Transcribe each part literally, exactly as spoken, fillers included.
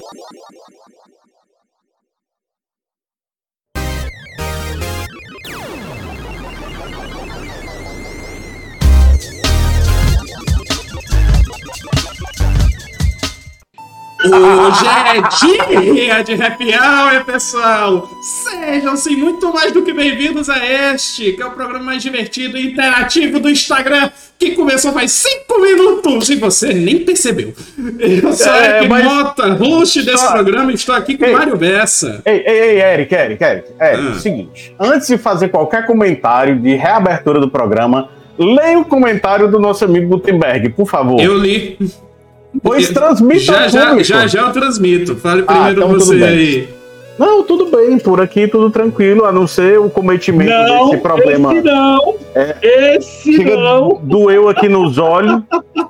Hoje é dia de Happy Hour, pessoal! Sejam-se muito mais do que bem-vindos a este, que é o programa mais divertido e interativo do Instagram, que começou faz cinco minutos e você nem percebeu. Eu sou é, Eric mas... Mota, host desse Só... programa, e estou aqui com o Mário Bessa. Ei, ei, ei, Eric, Eric, Eric, Eric, ah. seguinte, antes de fazer qualquer comentário de reabertura do programa, leia o comentário do nosso amigo Gutenberg, por favor. Eu li. Pois transmita já, já, já, já eu transmito. Fale ah, primeiro então você aí. Não, tudo bem, por aqui tudo tranquilo, a não ser o cometimento não, desse problema. Esse não, é, esse chega, não. Doeu aqui nos olhos.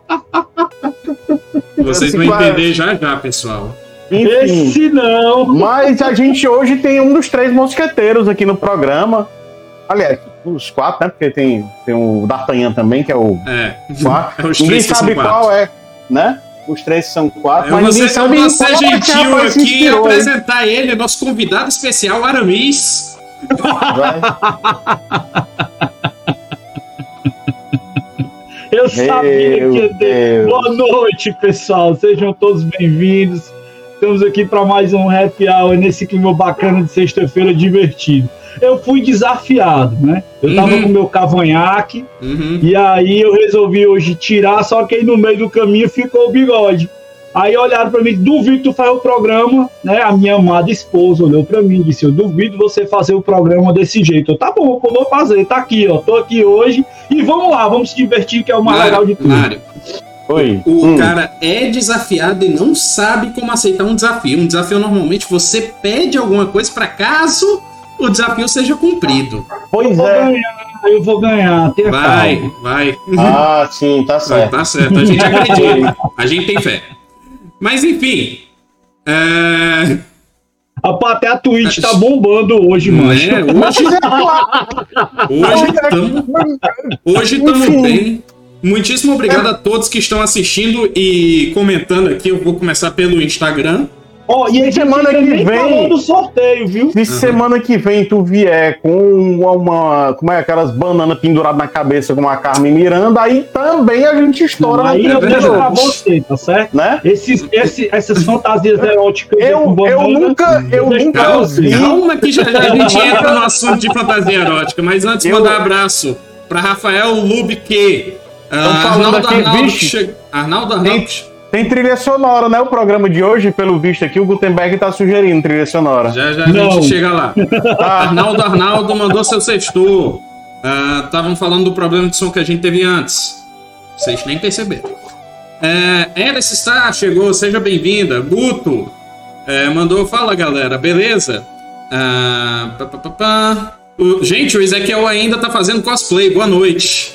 Vocês vão entender já já, pessoal. Enfim, esse não. Mas a gente hoje tem um dos três mosqueteiros aqui no programa. Aliás, os quatro, né? Porque tem, tem o D'Artagnan também, que é o é. quarto. É os ninguém três sabe qual é, né? Os três são quatro, eu mas ninguém sabe qual ser gentil aqui e inspirou, apresentar hein? ele, nosso convidado especial, Aramis. Eu sabia Meu que ia ter. Boa noite, pessoal. Sejam todos bem-vindos. Estamos aqui para mais um Happy Hour nesse clima bacana de sexta-feira divertido. Eu fui desafiado, né? Eu tava uhum. com meu cavanhaque uhum. e aí eu resolvi hoje tirar, só que aí no meio do caminho ficou o bigode. Aí olharam pra mim, duvido tu fazer o programa, né? A minha amada esposa olhou pra mim e disse, eu duvido você fazer o programa desse jeito. Eu, tá bom, eu vou fazer, tá aqui, ó, tô aqui hoje e vamos lá, vamos se divertir, que é o mais Mário, legal de tudo. Mário, Oi. o hum. cara é desafiado e não sabe como aceitar um desafio. Um desafio, normalmente, você pede alguma coisa pra caso o desafio seja cumprido. Pois eu é. Vou ganhar, eu vou ganhar, tenha Vai, calma. vai. Ah, sim, tá certo. Tá certo, a gente acredita. A gente tem fé. Mas, enfim... É... Rapaz, até a Twitch tá bombando hoje, mano. É, hoje... Hoje estamos... Hoje estamos bem. Muitíssimo obrigado a todos que estão assistindo e comentando aqui. Eu vou começar pelo Instagram. Ó, oh, e a semana que vem falou do sorteio, viu? Se uhum. semana que vem tu vier com uma, como é, aquelas bananas penduradas na cabeça como a Carmen Miranda, aí também a gente estoura. Aí eu deixo pra você, tá certo? Né? Esses, esse, essas fantasias eróticas. Eu, banana, eu nunca, eu nunca calma, vi. Calma que já, já a gente entra no assunto de fantasia erótica, mas antes eu... mandar um abraço pra Rafael Lubke. Uh, Arnaldo Arnaldo, che... Arnaldo Arnaldo. Tem... Tem trilha sonora, né? O programa de hoje, pelo visto aqui, o Gutenberg tá sugerindo trilha sonora. Já, já a Não. gente chega lá. Arnaldo Arnaldo mandou seu sextor. Estavam uh, falando do problema de som que a gente teve antes. Vocês nem perceberam. É, Eris está, chegou, seja bem-vinda. Guto é, mandou, fala galera, beleza? Uh, pá, pá, pá, pá. O, gente, o Ezequiel ainda tá fazendo cosplay, boa noite.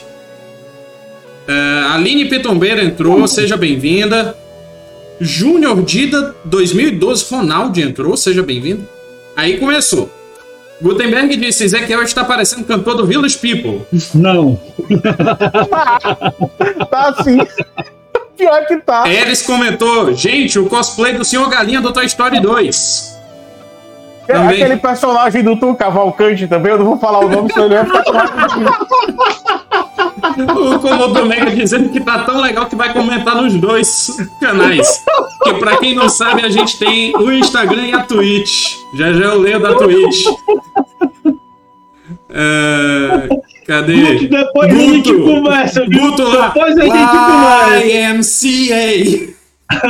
Uh, Aline Pitombeira entrou, seja bem-vinda. Júnior Dida dois mil e doze, Ronaldo entrou, seja bem-vindo. Aí começou. Gutenberg disse: Ezequiel está parecendo cantor do Village People. Não. Tá assim. Pior que tá. Eris comentou: gente, o cosplay do senhor Galinha do Toy Story dois. Também. Aquele personagem do Tom Cavalcante também, eu não vou falar o nome, senão ele vai ficar. O Komodo Mega dizendo que tá tão legal que vai comentar nos dois canais. Que pra quem não sabe, a gente tem o Instagram e a Twitch. Já já eu leio da Twitch. Uh, cadê? Guto, depois Guto, a gente conversa, viu? Guto lá. Depois a gente conversa. Y M C A.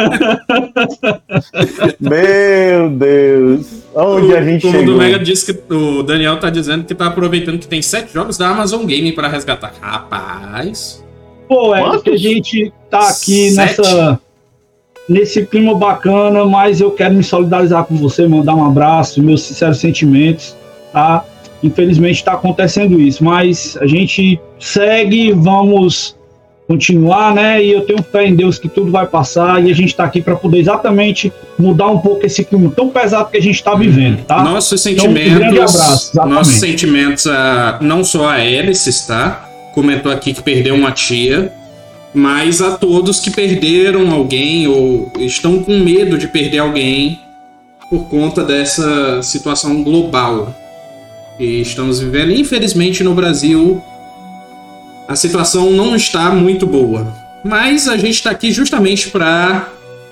Meu Deus. Onde o, a gente chegou? O chegou? do Mega disse que o Daniel tá dizendo que tá aproveitando que tem sete jogos da Amazon Game para resgatar. Rapaz. Pô, é que a gente tá aqui Sete? nessa nesse clima bacana, mas eu quero me solidarizar com você, mandar um abraço, meus sinceros sentimentos, tá? Infelizmente tá acontecendo isso, mas a gente segue, vamos continuar, né? E eu tenho fé em Deus que tudo vai passar e a gente tá aqui para poder exatamente mudar um pouco esse clima tão pesado que a gente tá vivendo, tá? Nossos sentimentos, então, um grande abraço, nossos sentimentos a, não só a Hélice, tá? Comentou aqui que perdeu uma tia. mas a todos que perderam alguém ou estão com medo de perder alguém por conta dessa situação global que estamos vivendo. Infelizmente, no Brasil, a situação não está muito boa, mas a gente está aqui justamente para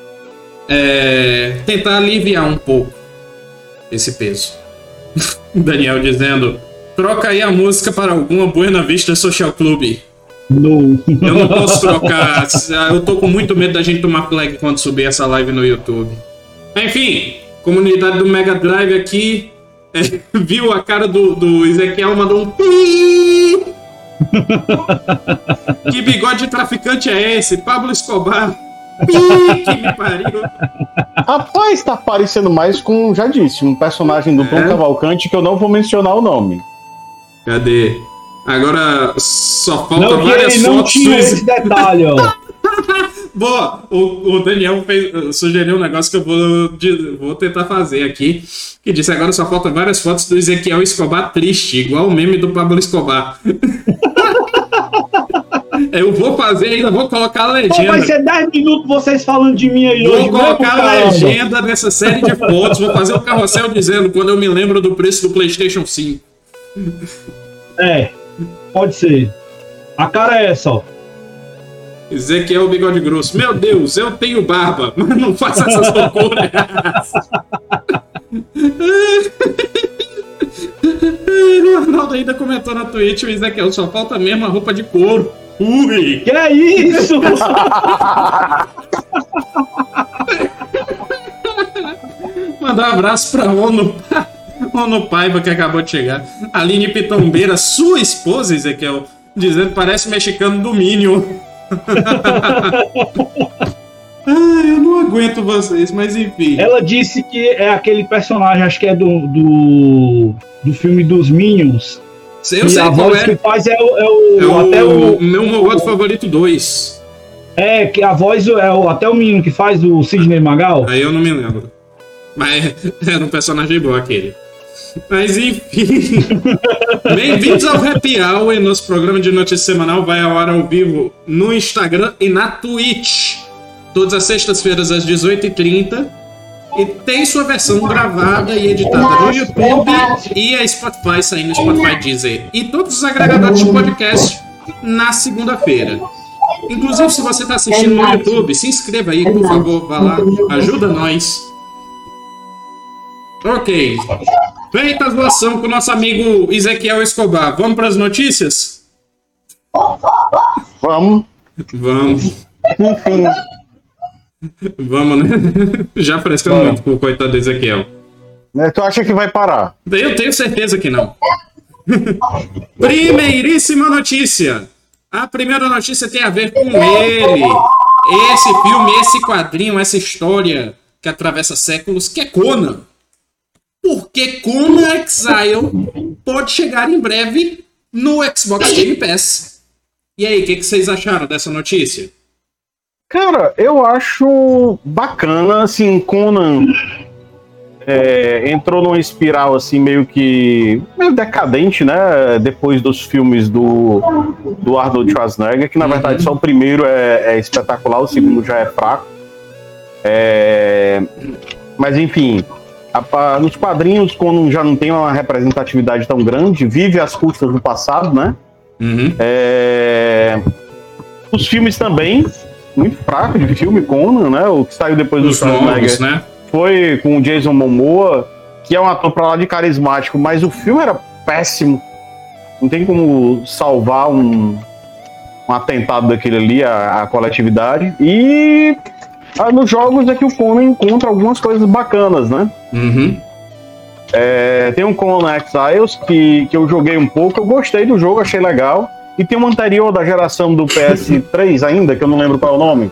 é, tentar aliviar um pouco esse peso. Daniel dizendo: troca aí a música para alguma Buena Vista Social Club. Não. Eu não posso trocar. Eu tô com muito medo da gente tomar flag quando subir essa live no YouTube. Enfim, comunidade do Mega Drive aqui é, viu a cara do, do Ezequiel, mandou um pi. Que bigode de traficante é esse? Pablo Escobar. Pi, que me pariu. Rapaz, tá parecendo mais com, já disse, um personagem do Tom É? Cavalcante que eu não vou mencionar o nome. Cadê? Agora só falta Não, que várias ele não fotos. tinha do esse detalhe, ó. Boa, o, o Daniel fez, sugeriu um negócio que eu vou, de, vou tentar fazer aqui. Que disse: agora só faltam várias fotos do Ezequiel Escobar triste, igual o meme do Pablo Escobar. Eu vou fazer, ainda vou colocar a Pô, legenda. vai ser dez minutos vocês falando de mim aí Vou hoje. colocar mesmo, a caramba. legenda dessa série de fotos. Vou fazer o carrossel dizendo quando eu me lembro do preço do PlayStation cinco. É, pode ser. A cara é essa, ó. Ezequiel Bigode Grosso. Meu Deus, eu tenho barba, mas não faça essas loucuras. O Arnaldo ainda comentou na Twitch: o Ezequiel só falta mesmo a roupa de couro. Ui! Que é isso? Mandar um abraço pra Ono, Ono Paiva, que acabou de chegar. Aline Pitombeira, sua esposa, Ezequiel, dizendo que parece mexicano do Minion. Ai, eu não aguento vocês, mas enfim. Ela disse que é aquele personagem, acho que é do, do, do filme dos Minions. Eu e sei a qual voz é. que faz é o, é o, É o, até o meu Mogodo favorito dois. é que a voz é o, até o menino que faz o Sidney Magal. Aí eu não me lembro. Mas era um personagem bom aquele. Mas enfim. Bem-vindos ao Happy Hour. Nosso programa de notícia semanal vai ao ar ao vivo no Instagram e na Twitch. Todas as sextas-feiras às dezoito e trinta. E tem sua versão gravada e editada no YouTube e a Spotify, saindo no Spotify Deezer e todos os agregadores de podcast na segunda-feira. Inclusive, se você está assistindo no YouTube, se inscreva aí, por favor, vá lá, ajuda nós. Ok. Feita a doação com o nosso amigo Ezequiel Escobar. Vamos para as notícias? Vamos. Vamos. Enfim. Vamos, né? Já frescando Vamos. muito com o coitado do Ezequiel. Né, tu acha que vai parar? Eu tenho certeza que não. Primeiríssima notícia. A primeira notícia tem a ver com ele. Esse filme, esse quadrinho, essa história que atravessa séculos, que é Conan. Porque Conan Exile pode chegar em breve no Xbox Game Pass. E aí, o que, que vocês acharam dessa notícia? Cara, eu acho bacana, assim, Conan é, entrou numa espiral, assim, meio que meio decadente, né, depois dos filmes do, do Arnold Schwarzenegger, que na verdade só o primeiro é, é espetacular, o segundo já é fraco. É, mas enfim, a, a, nos quadrinhos, Conan já não tem uma representatividade tão grande, vive às custas do passado, né? Uhum. É, os filmes também, muito fraco de filme, Conan, né? O que saiu depois Os do Schwarzenegger novos, né? foi com o Jason Momoa, que é um ator pra lá de carismático, mas o filme era péssimo. Não tem como salvar um, um atentado daquele ali, a, a coletividade. E ah, nos jogos é que o Conan encontra algumas coisas bacanas, né? Uhum. É, tem um Conan Exiles que, que eu joguei um pouco, eu gostei do jogo, achei legal. E tem um anterior da geração do P S três ainda, que eu não lembro qual é o nome.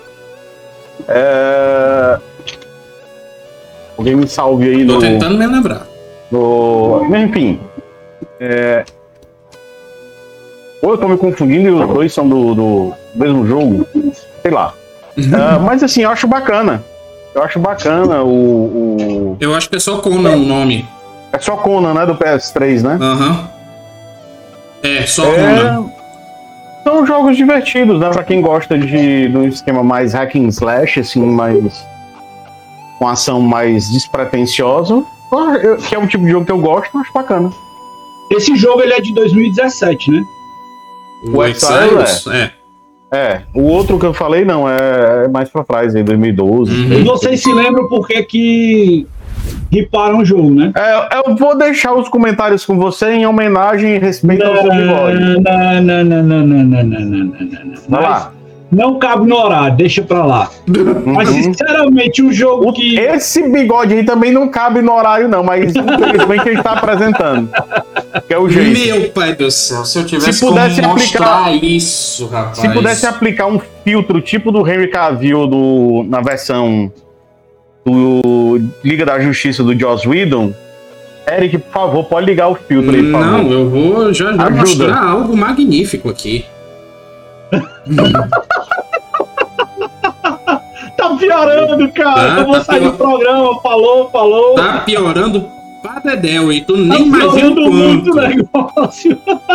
É... Alguém me salve aí Tô no... tentando me lembrar. no... Enfim. É... Ou eu tô me confundindo e os dois são do, do mesmo jogo. Sei lá. É, mas assim, eu acho bacana. Eu acho bacana o... o... Eu acho que é só Conan o nome. É só Conan, né? Do P S três, né? Aham. Uhum. É, só É... Conan. São jogos divertidos, né? Pra quem gosta de, de um esquema mais hack and slash, assim, mais... com ação mais despretensiosa, que é um tipo de jogo que eu gosto, acho bacana. Esse jogo ele é de dois mil e dezessete, né? O, o Exiles, é. é. É, o outro que eu falei não, é, é mais pra trás, aí, dois mil e doze. Uhum. E vocês se lembram por que que riparam o jogo, né? É, eu vou deixar os comentários com você em homenagem e respeito ao seu bigode. Não, não, não, não, não, não, não, não, não. Vai lá. Não cabe no horário, deixa pra lá. Uhum. Mas, sinceramente, um jogo que... Esse bigode aí também não cabe no horário, não, mas infelizmente a gente tá apresentando. Que é o jeito. Meu pai do céu, se eu tivesse se pudesse como aplicar mostrar isso, rapaz. Se pudesse aplicar um filtro tipo do Henry Cavill do, na versão do Liga da Justiça do Joss Whedon, Eric, por favor, pode ligar o filtro aí, por favor. Não, eu vou já, já mostrar algo magnífico aqui. Tá piorando, cara. Tá, eu vou tá sair pior... do programa. Falou, falou. Tá piorando pra dedéu, e tu tá nem imagina o muito negócio.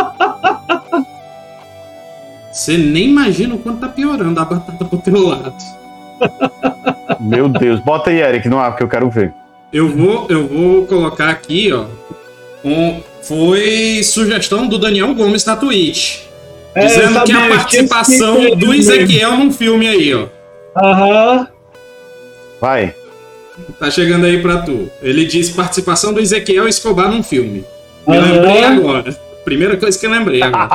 Você nem imagina o quanto tá piorando a batata pro teu lado. Meu Deus, bota aí, Eric, no ar que eu quero ver. Eu vou, eu vou colocar aqui, ó. Um, foi sugestão do Daniel Gomes na Twitch. É, dizendo que a participação que do Ezequiel num filme aí, ó. Aham. Uhum. Vai. Tá chegando aí pra tu. Ele diz participação do Ezequiel Escobar num filme. Me uhum. lembrei agora. Primeira coisa que eu lembrei agora.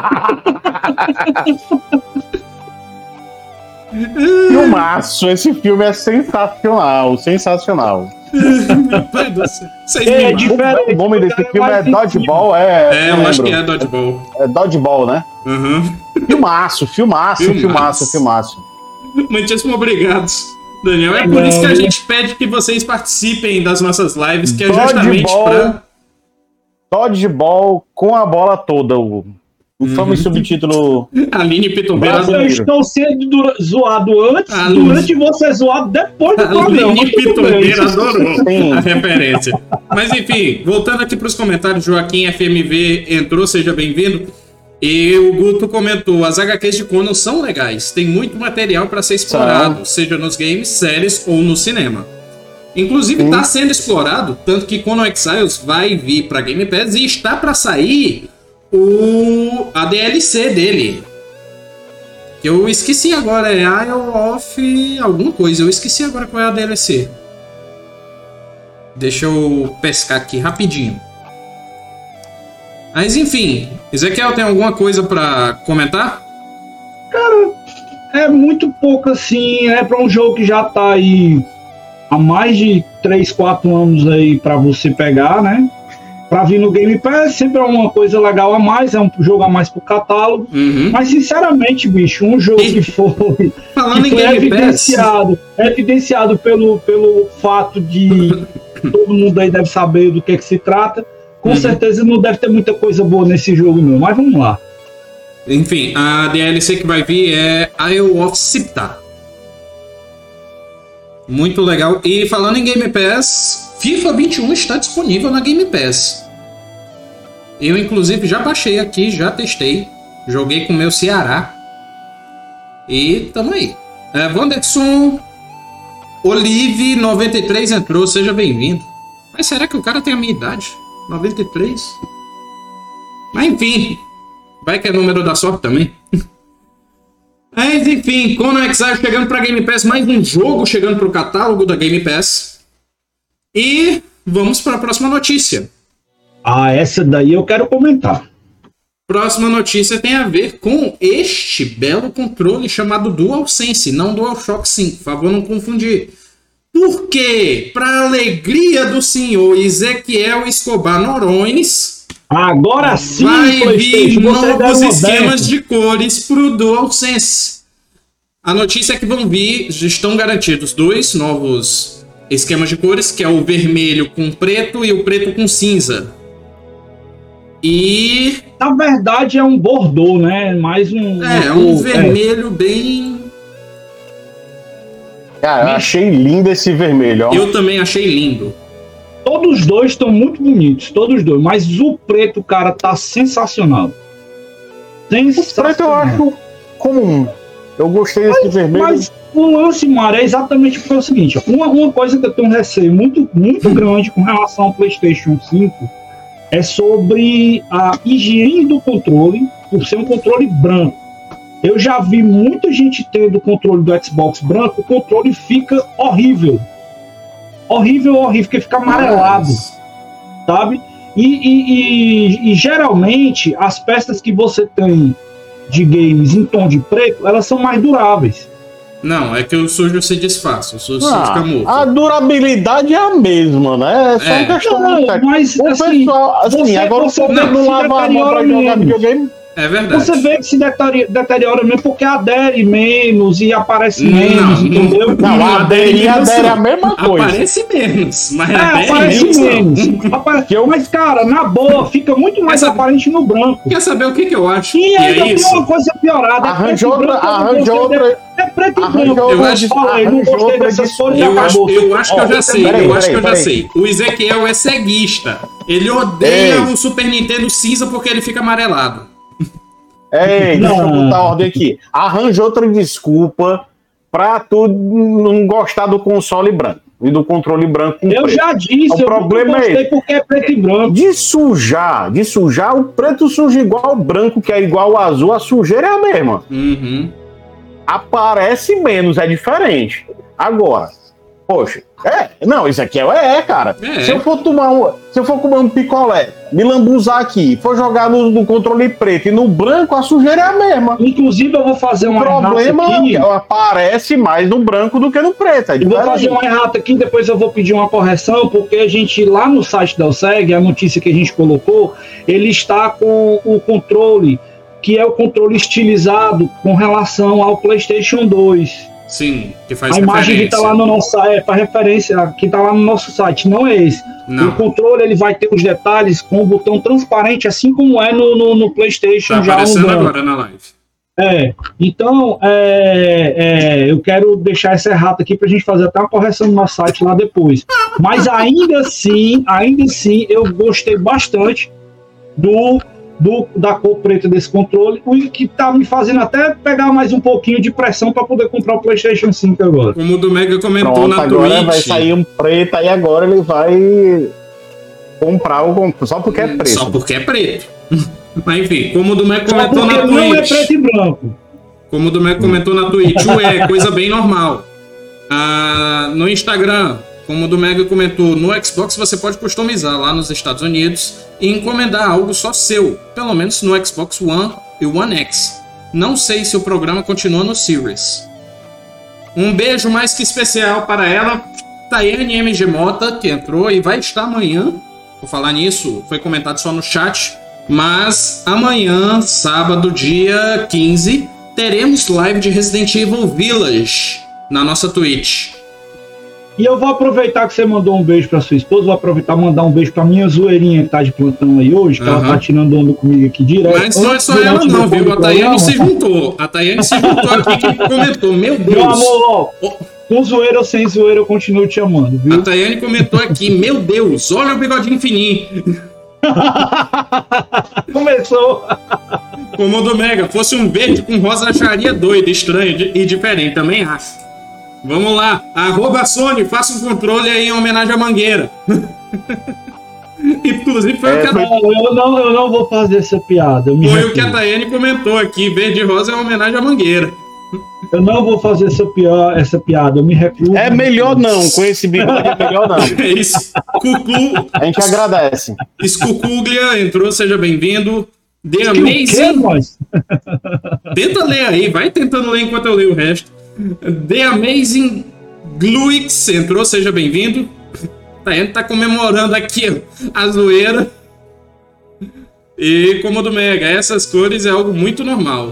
Filmaço. Esse filme é sensacional. Sensacional. Meu pai do céu. É, diferente, o nome desse filme é Dodgeball, é... É, eu acho que é Dodgeball. É Dodgeball, né? Uhum. Filmaço, filmaço, filmaço, filmaço, filmaço. Muitíssimo obrigado, Daniel. É por isso que a gente pede que vocês participem das nossas lives, que é justamente pra... Dodgeball com a bola toda, o... O uhum. fama e subtítulo. Aline Pitombeira. Eu estou sendo dura, zoado antes, a durante Luz. Você zoado depois do programa. Aline Pitombeira adorou Sim. a referência. Mas enfim, voltando aqui para os comentários, Joaquim F M V entrou, seja bem-vindo. E o Guto comentou: as H Qs de Conan são legais, tem muito material para ser explorado, São. seja nos games, séries ou no cinema. Inclusive está sendo explorado, tanto que Conan Exiles vai vir para Game Pass e está para sair o a D L C dele, que eu esqueci agora, é Isle of alguma coisa, eu esqueci agora qual é a D L C. Deixa eu pescar aqui rapidinho. Mas enfim, Ezequiel, tem alguma coisa pra comentar? Cara, é muito pouco assim, é pra um jogo que já tá aí há mais de três, quatro anos aí pra você pegar, né? Pra vir no Game Pass, sempre é uma coisa legal a mais, é um jogo a mais pro catálogo. Uhum. Mas, sinceramente, bicho, um jogo e... que foi, Falando que em foi Game evidenciado, Pass. evidenciado pelo, pelo fato de todo mundo aí deve saber do que, é que se trata. Com uhum. certeza não deve ter muita coisa boa nesse jogo, não. Mas vamos lá. Enfim, a D L C que vai vir é Isle of Siptah. Muito legal. E falando em Game Pass, FIFA vinte e um está disponível na Game Pass. Eu, inclusive, já baixei aqui, já testei. Joguei com o meu Ceará. E tamo aí. É, Wanderson Olive noventa e três entrou, seja bem-vindo. Mas será que o cara tem a minha idade? noventa e três? Mas enfim, vai que é número da sorte também. Mas enfim, Conan Exiles chegando pra Game Pass, mais um jogo chegando pro catálogo da Game Pass. E vamos para a próxima notícia. Ah, essa daí eu quero comentar. Próxima notícia tem a ver com este belo controle chamado DualSense, não DualShock cinco, por favor não confundir. Porque, para alegria do senhor Ezequiel Escobar Norões, agora sim vai vir novos esquemas de cores pro DualSense. A notícia é que vão vir, estão garantidos dois novos esquemas de cores, que é o vermelho com preto e o preto com cinza. E... na verdade é um bordô, né? Mais um... É, um, um vermelho é. bem... Cara, eu achei lindo esse vermelho, ó. Eu também achei lindo. Todos os dois estão muito bonitos, todos os dois. Mas o preto, cara, tá sensacional. O preto eu acho comum. Eu gostei desse mas, vermelho. Mas o lance, Mário, é exatamente porque é o seguinte: uma, uma coisa que eu tenho um receio muito, muito grande com relação ao PlayStation cinco é sobre a higiene do controle, por ser um controle branco. Eu já vi muita gente tendo o controle do Xbox branco, o controle fica horrível. Horrível, horrível, porque fica amarelado, sabe? E, e, e, e geralmente as peças que você tem de games em tom de preto, elas são mais duráveis. Não, é que o sujo se desfaz, o sujo Ah, se fica morto. a durabilidade é a mesma, né? É só É. uma questão Não, de técnica. mas, O assim, pessoal, assim, você- agora você o povo vê não que lava a mão pra deteriora jogar menos. videogame. É verdade. Você vê que se deteriora, deteriora mesmo porque adere menos e aparece menos, Não, entendeu? Não, Não, adere e menos, adere é a não. mesma coisa. Aparece menos, mas É, adere aparece menos, não. menos. Apare- Que eu- Mas, cara, na boa, fica muito mais Quer saber- aparente no branco. Quer saber o que, que eu acho? E que ainda é tem isso? uma coisa piorada. É Arranja preto e outra, branco, eu não arranja gostei outra. de- É preto e arranja branco. outra Eu acho- falei, não arranja gostei outra dessas de- cores e Eu acho, acabou. eu acho que eu já Ó, sei, peraí, eu acho peraí, que eu já peraí. sei. O Ezequiel é ceguista. Ele odeia Ei. o Super Nintendo cinza porque ele fica amarelado. Ei, deixa eu Não. botar a ordem aqui. Arranja outra desculpa pra tu não gostar do console branco e do controle branco com Eu preto. já disse, O eu problema não é gostei esse. porque é preto e branco. De sujar, de sujar, o preto suja igual o branco, que é igual o azul, a sujeira é a mesma. Uhum. Aparece menos, é diferente. Agora, poxa, é, não, isso aqui é, é cara. É. Se eu for tomar um, se eu for comer um picolé, me lambuzar aqui, for jogar no, no controle preto e no branco, a sujeira é a mesma. Inclusive, eu vou fazer O uma problema errata é aqui. que aparece mais no branco do que no preto. É Eu vou diferente. fazer uma errata aqui, depois eu vou pedir uma correção, porque a gente, lá no site da Elseg, a notícia que a gente colocou, ele está com o controle, que é o controle estilizado com relação ao PlayStation dois. Sim, que faz A imagem que está referência. lá no nosso site, é para referência, que está lá no nosso site, não é esse. Não. O controle ele vai ter os detalhes com o botão transparente, assim como é no, no, no PlayStation Tá já no aparecendo branco. agora na live. É, então é, é, eu quero deixar essa errata aqui pra gente fazer até uma correção no nosso site lá depois. Mas ainda assim, ainda assim, eu gostei bastante do, do da cor preta desse controle, o que tá me fazendo até pegar mais um pouquinho de pressão para poder comprar o PlayStation cinco agora. Como o do Mega comentou Pronto, na agora Twitch. vai sair um preto e agora ele vai comprar o só porque é preto. Só porque é preto. Mas enfim, como o do Mega Só comentou porque na não é Twitch. preto e branco. Como o do Mega comentou na Twitch, ué, coisa bem normal. Ah, no Instagram, como o do Mega comentou, no Xbox você pode customizar lá nos Estados Unidos e encomendar algo só seu, pelo menos no Xbox One e One X. Não sei se o programa continua no Series. Um beijo mais que especial para ela, Tayane M G Mota, que entrou e vai estar amanhã. Por falar nisso, foi comentado só no chat, mas amanhã, sábado, dia quinze, teremos live de Resident Evil Village na nossa Twitch. E eu vou aproveitar que você mandou um beijo pra sua esposa, vou aproveitar e mandar um beijo pra minha zoeirinha que tá de plantão aí hoje, que Aham. ela tá tirando onda comigo aqui direto. Mas não é só Durante ela o não, depois viu? do A Tayane programa. se juntou. A Tayane se juntou aqui que comentou. Meu Deus. Meu amor, ó, Oh, com zoeira ou sem zoeira, eu continuo te amando, a viu? Tayane comentou aqui. Meu Deus, olha o bigodinho fininho. Começou. Como o do Mega. Fosse um verde com rosa, acharia doido, estranho e diferente. Também acho. Vamos lá. Arroba Sony, faça um controle aí em homenagem à Mangueira. Inclusive foi, É, o que a, foi- Não, eu não, eu não vou fazer essa piada. Eu, me foi o que a recuso. Tayane comentou aqui. Verde e rosa é uma homenagem à Mangueira. Eu não vou fazer essa, pia- essa piada, eu me recuso. É melhor não, com esse bigode é melhor não. É isso. Cucu. A gente agradece. Skucuglia entrou, seja bem-vindo. The Que o quê, Amazing. mas? Tenta ler aí, vai tentando ler enquanto eu leio o resto. The Amazing Gluix entrou, seja bem-vindo. Tá, a gente tá comemorando aqui ó, a zoeira. E como o do Mega, essas cores é algo muito normal.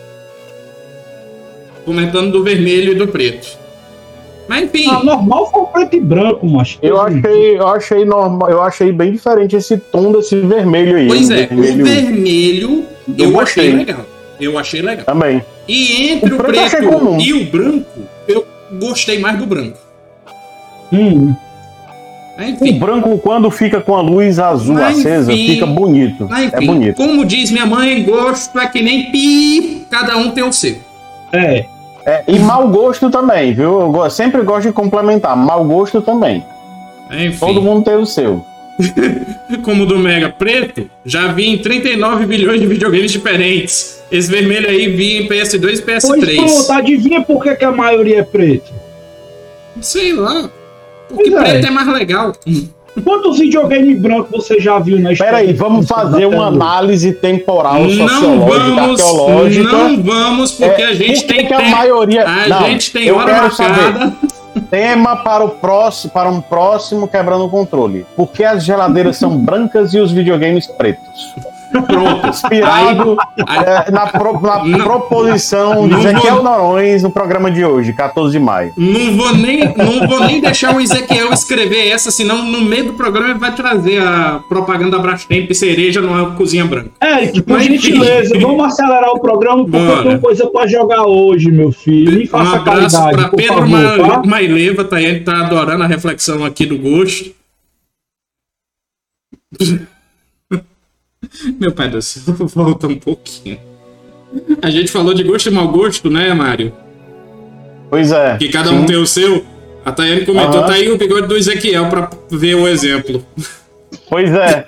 Comentando do vermelho e do preto. Mas enfim. Ah, normal foi o preto e branco, macho. Eu achei, eu achei normal, eu achei bem diferente esse tom desse vermelho aí. Pois um é, vermelho o vermelho eu, Eu achei gostei. legal. Eu achei legal. também. E entre O o, preto eu achei preto comum. e o branco, eu gostei mais do branco. Hum. Enfim. O branco, quando fica com a luz azul Mas, acesa, enfim, fica bonito. Mas, enfim, é bonito. Como diz minha mãe, gosto é que nem pi, cada um tem o seu. É. É, e mau gosto também, viu? Eu go- sempre gosto de complementar. Mau gosto também. Enfim. Todo mundo tem o seu. Como o do Mega Preto, já vi em trinta e nove bilhões de videogames diferentes. Esse vermelho aí vi em P S dois e P S três. Pois pronto, adivinha por que, que a maioria é preto? Sei lá. Porque Pois é. preto é mais legal. Quantos videogames brancos você já viu na história? Peraí, vamos fazer uma análise temporal, Não sociológica, vamos, arqueológica. não vamos, porque É, a gente por que tem que a tempo. maioria- A Não, gente tem eu hora quero marcada. Tema para, o próximo, para um próximo Quebrando o Controle. Por que as geladeiras são brancas e os videogames pretos? Pronto. Inspirado Aí- é, na, pro- na Não- proposição de não Ezequiel vou- Norões no programa de hoje, quatorze de maio. Não vou, nem, não vou nem deixar o Ezequiel escrever essa, senão no meio do programa ele vai trazer a propaganda Brastemp cereja numa cozinha branca. Eric, por Mas, gentileza, enfim. vamos acelerar o programa porque Bora. eu tenho coisa pra jogar hoje, meu filho. Me Um faça abraço caridade, para por Pedro favor, Ma- tá? Maileva, tá, ele tá adorando a reflexão aqui do gosto. Meu pai do céu, volta um pouquinho. A gente falou de gosto e mau gosto, né, Mário? Pois é. Que cada sim. um tem o seu. A Tayane comentou, Aham. tá aí o bigode do Ezequiel pra ver um exemplo. Pois é.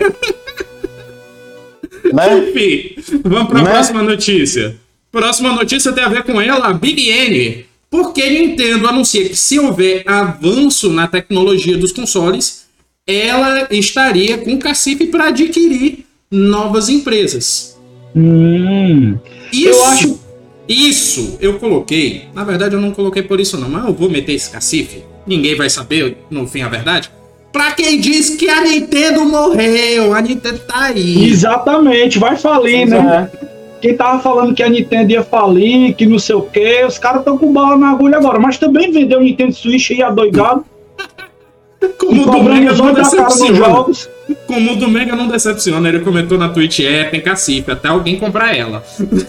Né? Enfim, vamos pra Né? próxima notícia. Próxima notícia tem a ver com ela, a Big N. Porque Nintendo anuncia que se houver avanço na tecnologia dos consoles, ela estaria com cacife para adquirir novas empresas. Hum, Isso, Eu acho- isso eu coloquei. Na verdade, eu não coloquei por isso, não, mas eu vou meter esse cacife. Ninguém vai saber, no fim, a verdade. Pra quem diz que a Nintendo morreu, a Nintendo tá aí. exatamente, vai falir, Pois né? é. Quem tava falando que a Nintendo ia falir, que não sei o que, os caras estão com bala na agulha agora. Mas também vendeu o Nintendo Switch aí adoidado. Como o do cobrando Mega os não olhos da cara nos decepciona. jogos. Como o do Mega não decepciona, ele comentou na Twitch, é, tem cacife, até alguém comprar ela.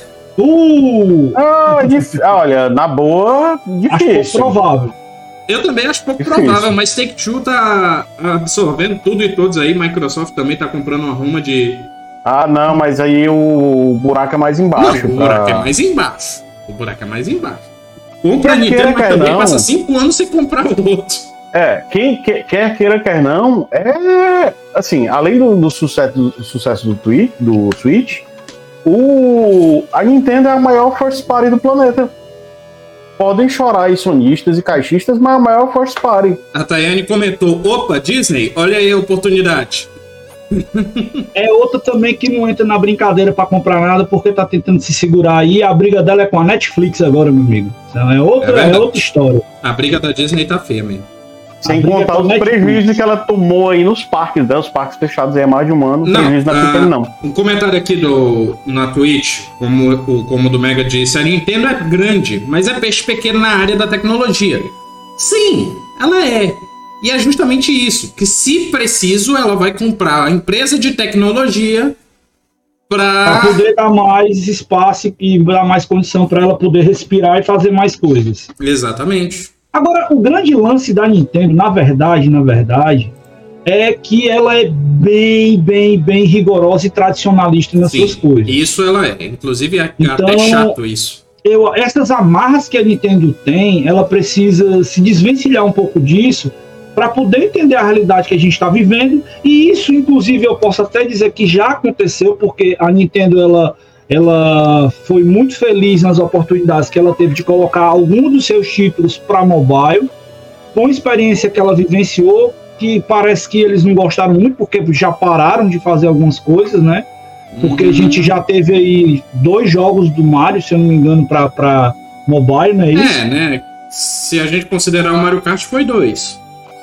Uh, Ah, dif- Olha, na boa, acho pouco difícil. provável. Eu também acho pouco Difícil. provável, mas Take-Two tá absorvendo tudo e todos aí. Microsoft também tá comprando uma ruma de... Ah, não, mas aí o buraco é mais embaixo. Não, o pra- buraco é mais embaixo. O buraco é mais embaixo. Compra a Quer Nintendo, queira, mas quer também não. passa cinco anos sem comprar o outro. É, quem que- quer queira, quer não, é assim, além do, do sucesso, do sucesso do, Twi- do Switch, o, a Nintendo é a maior first party do planeta. Podem chorar aí sonistas e caixistas, mas é a maior first party. A Tayane comentou, opa, Disney, olha aí a oportunidade. É outra também que não entra na brincadeira pra comprar nada porque tá tentando se segurar aí. A briga dela é com a Netflix agora, meu amigo. Então, é outra, É verdade. é outra história. A briga da Disney tá feia mesmo. Sem briga contar com a os Netflix. prejuízos que ela tomou aí nos parques, né? Os parques fechados aí há mais de um ano, Não, prejuízo na ah, Nintendo não. Um comentário aqui do, na Twitch, como, o- como o do Mega disse, a Nintendo é grande, mas é peixe pequeno na área da tecnologia. Sim, ela é. E é justamente isso, que se preciso, ela vai comprar a empresa de tecnologia Pra para... poder dar mais espaço e dar mais condição pra ela poder respirar e fazer mais coisas. Exatamente. Agora, o grande lance da Nintendo, na verdade, na verdade, é que ela é bem, bem, bem rigorosa e tradicionalista nas suas Sim, coisas. isso ela é. Inclusive é Então- até chato isso. Eu, essas amarras que a Nintendo tem, ela precisa se desvencilhar um pouco disso para poder entender a realidade que a gente está vivendo. E isso, inclusive, eu posso até dizer que já aconteceu, porque a Nintendo ela, ela foi muito feliz nas oportunidades que ela teve de colocar algum dos seus títulos para mobile, com a experiência que ela vivenciou, que parece que eles não gostaram muito, porque já pararam de fazer algumas coisas, né? Porque a gente já teve aí dois jogos do Mario, se eu não me engano, para mobile, não é isso? É, né? Se a gente considerar o Mario Kart, foi dois.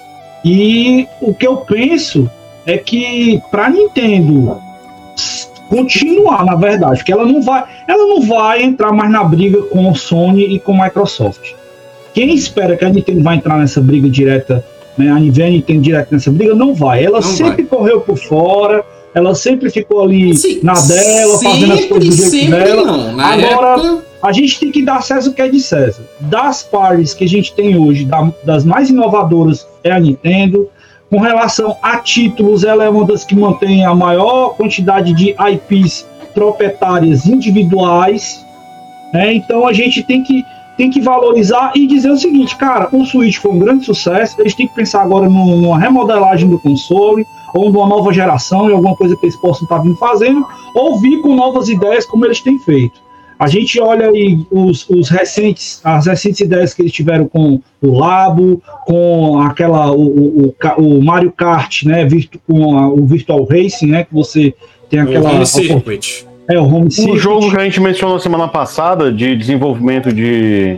E o que eu penso é que para Nintendo continuar, na verdade, que ela não vai, ela não vai entrar mais na briga com o Sony e com a Microsoft. Quem espera que a Nintendo vai entrar nessa briga direta, né, a Nintendo direto nessa briga, não vai. Ela Não sempre vai. correu por fora, ela sempre ficou ali Sim, na dela, fazendo as coisas do jeito sempre dela. não. Na Agora, época, A gente tem que dar César o que é de César. Das parties que a gente tem hoje, da- das mais inovadoras, é a Nintendo. Com relação a títulos, ela é uma das que mantém a maior quantidade de I Ps proprietárias individuais, né? Então a gente tem que, tem que valorizar e dizer o seguinte, cara, o Switch foi um grande sucesso, eles têm que pensar agora no, numa remodelagem do console, ou numa nova geração, em alguma coisa que eles possam estar vindo fazendo, ou vir com novas ideias como eles têm feito. A gente olha aí os, os recentes, as recentes ideias que eles tiveram com o Labo, com aquela, o, o, o Mario Kart, né, virtu, com a, o Virtual Racing, né, que você tem aquela... O Home Circuit. É, o Home Circuit. Um jogo que a gente mencionou semana passada, de desenvolvimento de...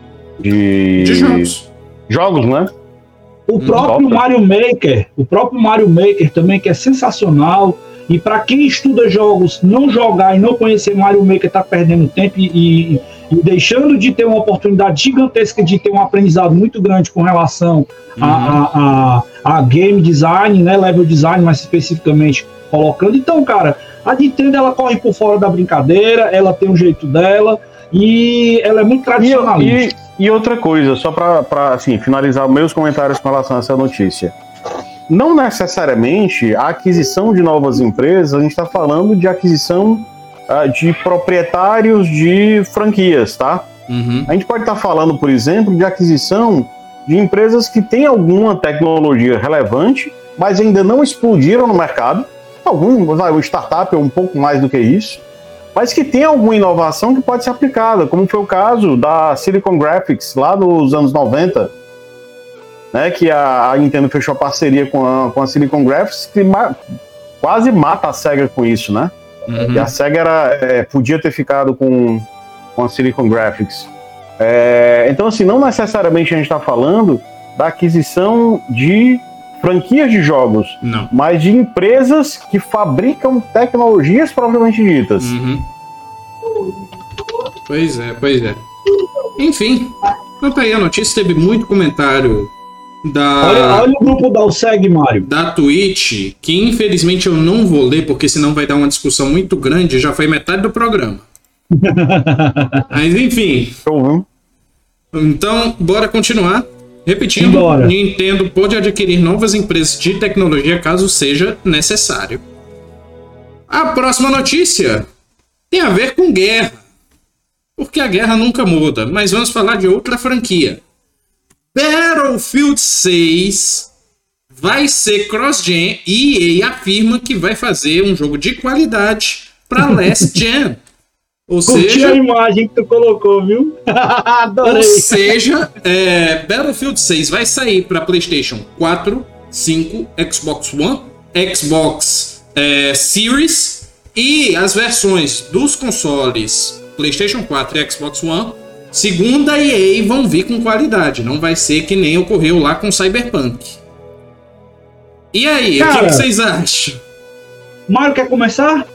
De, de jogos. Jogos, né? O próprio Hum, Mario Maker, o próprio Mario Maker também, que é sensacional. E para quem estuda jogos, não jogar e não conhecer Mario Maker está perdendo tempo e, e, e deixando de ter uma oportunidade gigantesca de ter um aprendizado muito grande com relação uhum. a, a, a, a game design, né, level design mais especificamente colocando. Então, cara, a Nintendo ela corre por fora da brincadeira, ela tem um jeito dela e ela é muito tradicionalista. E, e, e outra coisa, só para assim, finalizar meus comentários com relação a essa notícia. Não necessariamente a aquisição de novas empresas, a gente está falando de aquisição uh, de proprietários de franquias, tá? Uhum. A gente pode estar tá falando, por exemplo, de aquisição de empresas que têm alguma tecnologia relevante, mas ainda não explodiram no mercado. Algum, vai, o startup é um pouco mais do que isso, mas que tem alguma inovação que pode ser aplicada, como foi o caso da Silicon Graphics, lá nos anos noventa, né, que a, a Nintendo fechou parceria com a, com a Silicon Graphics, que ma- quase mata a SEGA com isso, né? Uhum. E a SEGA era, é, podia ter ficado com, com a Silicon Graphics. É, então, assim, não necessariamente a gente está falando da aquisição de franquias de jogos, não. mas de empresas que fabricam tecnologias propriamente ditas. Uhum. Pois é, pois é. Enfim, quanto aí a notícia, teve muito comentário da... Olha, olha o grupo da Alseg, Mário. Da Twitch, que infelizmente eu não vou ler, porque senão vai dar uma discussão muito grande, já foi metade do programa. Mas enfim. Uhum. Então, bora continuar. Repetindo, Bora. Nintendo pode adquirir novas empresas de tecnologia caso seja necessário. A próxima notícia tem a ver com guerra. Porque a guerra nunca muda, mas vamos falar de outra franquia. Battlefield seis vai ser cross-gen e E A afirma que vai fazer um jogo de qualidade para Last Gen. Ou Curti seja, a imagem que tu colocou, viu? Adorei. Ou seja, é, Battlefield seis vai sair para PlayStation quatro, cinco, Xbox One, Xbox é, Series e as versões dos consoles PlayStation quatro e Xbox One, segundo a E A, vão vir com qualidade. Não vai ser que nem ocorreu lá com Cyberpunk. E aí, Cara, o que, que vocês acham? Mário, quer começar?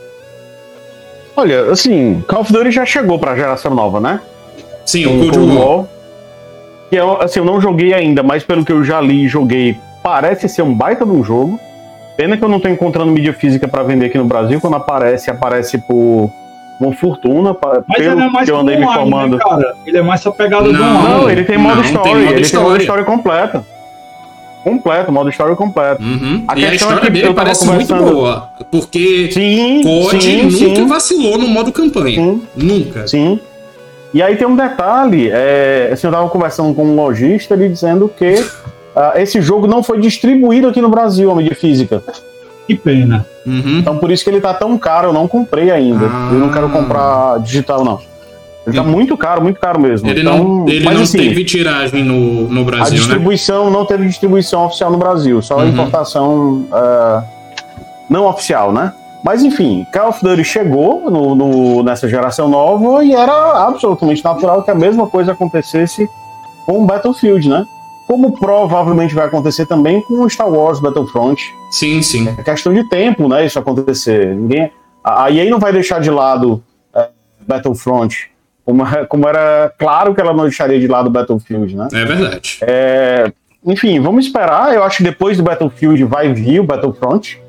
Olha, assim, Call of Duty já chegou pra geração nova, né? Sim, o Cold War. Que é, assim, eu não joguei ainda, mas pelo que eu já li e joguei, parece ser um baita de um jogo. Pena que eu não tô encontrando mídia física pra vender aqui no Brasil. Quando aparece, aparece por uma fortuna. Mas pelo ele é mais que eu andei me informando. Né, cara? Ele é mais só pegada do online. Não, ele tem modo não, história. Tem modo ele história. tem modo história completa. Completo, modo história completo. Uhum. A e a história é dele parece conversando... muito boa. Porque sim, COD sim, nunca sim. vacilou no modo campanha. Sim. Nunca. Sim. E aí tem um detalhe, é, assim, eu estava conversando com um lojista, ele dizendo que uh, esse jogo não foi distribuído aqui no Brasil, a mídia física. Que pena. Uhum. Então por isso que ele tá tão caro, eu não comprei ainda. Ah. Eu não quero comprar digital, não. Ele tá muito caro, muito caro mesmo. Ele então, não, ele mas, não assim, teve tiragem no, no Brasil, a distribuição, né? Não teve distribuição oficial no Brasil, só uhum. a importação uh, não oficial, né? Mas enfim, Call of Duty chegou no, no, nessa geração nova e era absolutamente natural que a mesma coisa acontecesse com o Battlefield, né? Como provavelmente vai acontecer também com o Star Wars Battlefront. Sim, sim. É questão de tempo, né, isso acontecer. Ninguém, a E A não vai deixar de lado é, Battlefront, como, como era claro que ela não deixaria de lado Battlefield, né? É verdade. É, enfim, vamos esperar. Eu acho que depois do Battlefield vai vir o Battlefront.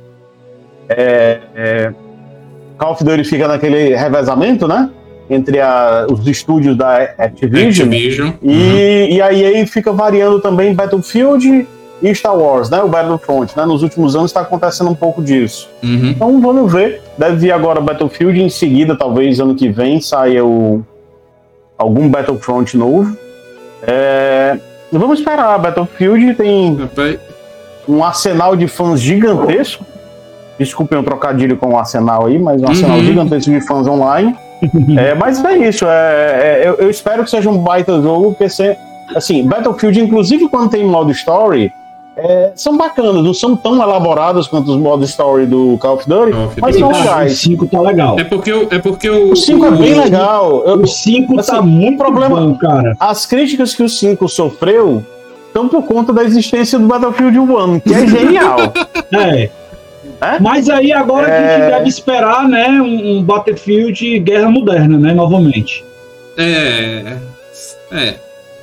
É, é, Call of Duty fica naquele revezamento, né? Entre a, os estúdios da Activision, Activision. E, uhum. e a E A fica variando também Battlefield e Star Wars, né? O Battlefront, né? Nos últimos anos está acontecendo um pouco disso. Uhum. Então vamos ver. Deve vir agora o Battlefield, em seguida, talvez ano que vem, saia o... algum Battlefront novo. É... Vamos esperar. Battlefield tem Rapaz. um arsenal de fãs gigantesco. Desculpem o trocadilho com o arsenal aí, mas um arsenal Uhum. gigantesco de fãs online. É, mas é isso. É, é, eu, eu espero que seja um baita jogo, porque se, assim, Battlefield, inclusive quando tem modo story, é, são bacanas, não são tão elaborados quanto os modos story do Call of Duty, Call of mas Duty. são O legais. cinco tá legal. É porque, o- é porque o. O cinco é bem o- legal. Eu- O cinco assim, tá muito problema- bom, cara. as críticas que o cinco sofreu estão por conta da existência do Battlefield um, que é genial. É. É? Mas aí agora a gente É. deve esperar, né, um, um Battlefield Guerra Moderna, né, novamente. É. É.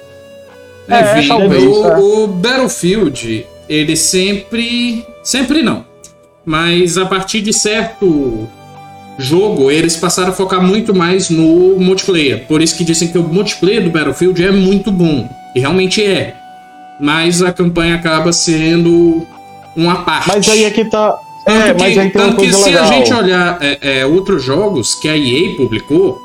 É, Enfim, talvez, o, é. o Battlefield, ele sempre. Sempre não. Mas a partir de certo jogo, eles passaram a focar muito mais no multiplayer. Por isso que dizem que o multiplayer do Battlefield é muito bom. E realmente é. Mas a campanha acaba sendo uma parte. Mas aí é que tá. Tanto É, que, mas aí tem uma tanto que coisa se legal. a gente olhar é, é, outros jogos que a E A publicou,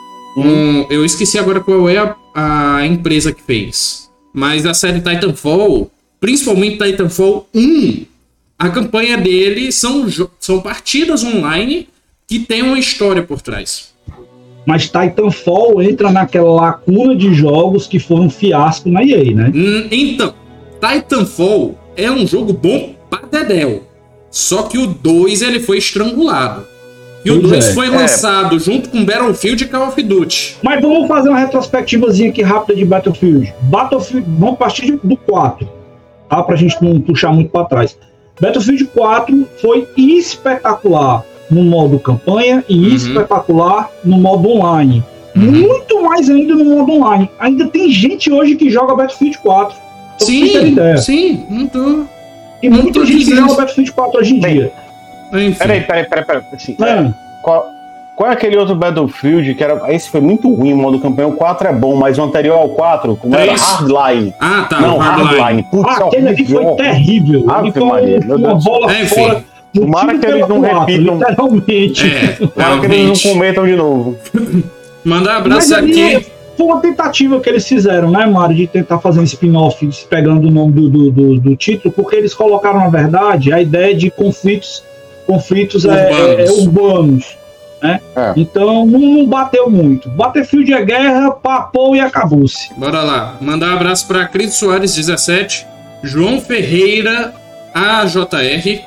um, eu esqueci agora qual é a, a empresa que fez. Mas a série Titanfall, principalmente Titanfall um, a campanha dele são, jo- são partidas online que tem uma história por trás. Mas Titanfall entra naquela lacuna de jogos que foram um fiasco na E A, né? Hum, Então, Titanfall é um jogo bom pra dedéu. Só que o dois ele foi estrangulado. E o Pois dois é. foi É. lançado junto com Battlefield e Call of Duty. Mas vamos fazer uma retrospectivazinha aqui rápida de Battlefield. Battlefield, vamos partir de- do quatro, tá? Pra gente não puxar muito pra trás. Battlefield quatro foi espetacular no modo campanha e Uhum. espetacular no modo online. Uhum. Muito mais ainda no modo online. Ainda tem gente hoje que joga Battlefield quatro. Pra vocês terem Sim, ideia. sim, não tô. Tem não muita tô gente que dizendo. joga Battlefield quatro hoje em Bem, dia. Enfim. Peraí, peraí, peraí, peraí. Assim, É. qual, qual é aquele outro Battlefield que era. Esse foi muito ruim, o modo campanha. O quatro é bom, mas o anterior ao quatro, como era Três. Hardline. Ah, tá. Não, Hardline. Hardline. Putz, Ah, aquele ali foi horrível. terrível. Ave Ele foi Maria, meu uma Deus. bola Enfim. fora. no Tomara tiro que eles pela não culatra, repitam. Literalmente. É, Claro que eles realmente. não cometam de novo. Mandar um Mas abraço ali aqui. foi uma tentativa que eles fizeram, né, Mário, de tentar fazer um spin-off pegando o nome do, do, do, do título, porque eles colocaram, na verdade, a ideia de conflitos, conflitos é, Urbanos. é, é, urbanos. Né? É. Então não, não bateu muito. Battlefield é guerra, papou e acabou-se. Bora lá. Mandar um abraço para Cris Soares dezessete, João Ferreira, A J R,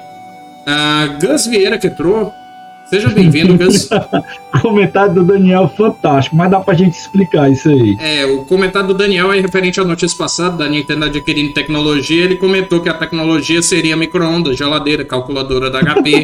a Gus Vieira que entrou. Seja bem-vindo, Gus. Comentário do Daniel fantástico, mas dá pra gente explicar isso aí. É, o comentário do Daniel é referente à notícia passada da Nintendo adquirindo tecnologia. Ele comentou que a tecnologia seria micro-ondas, geladeira, calculadora da H P.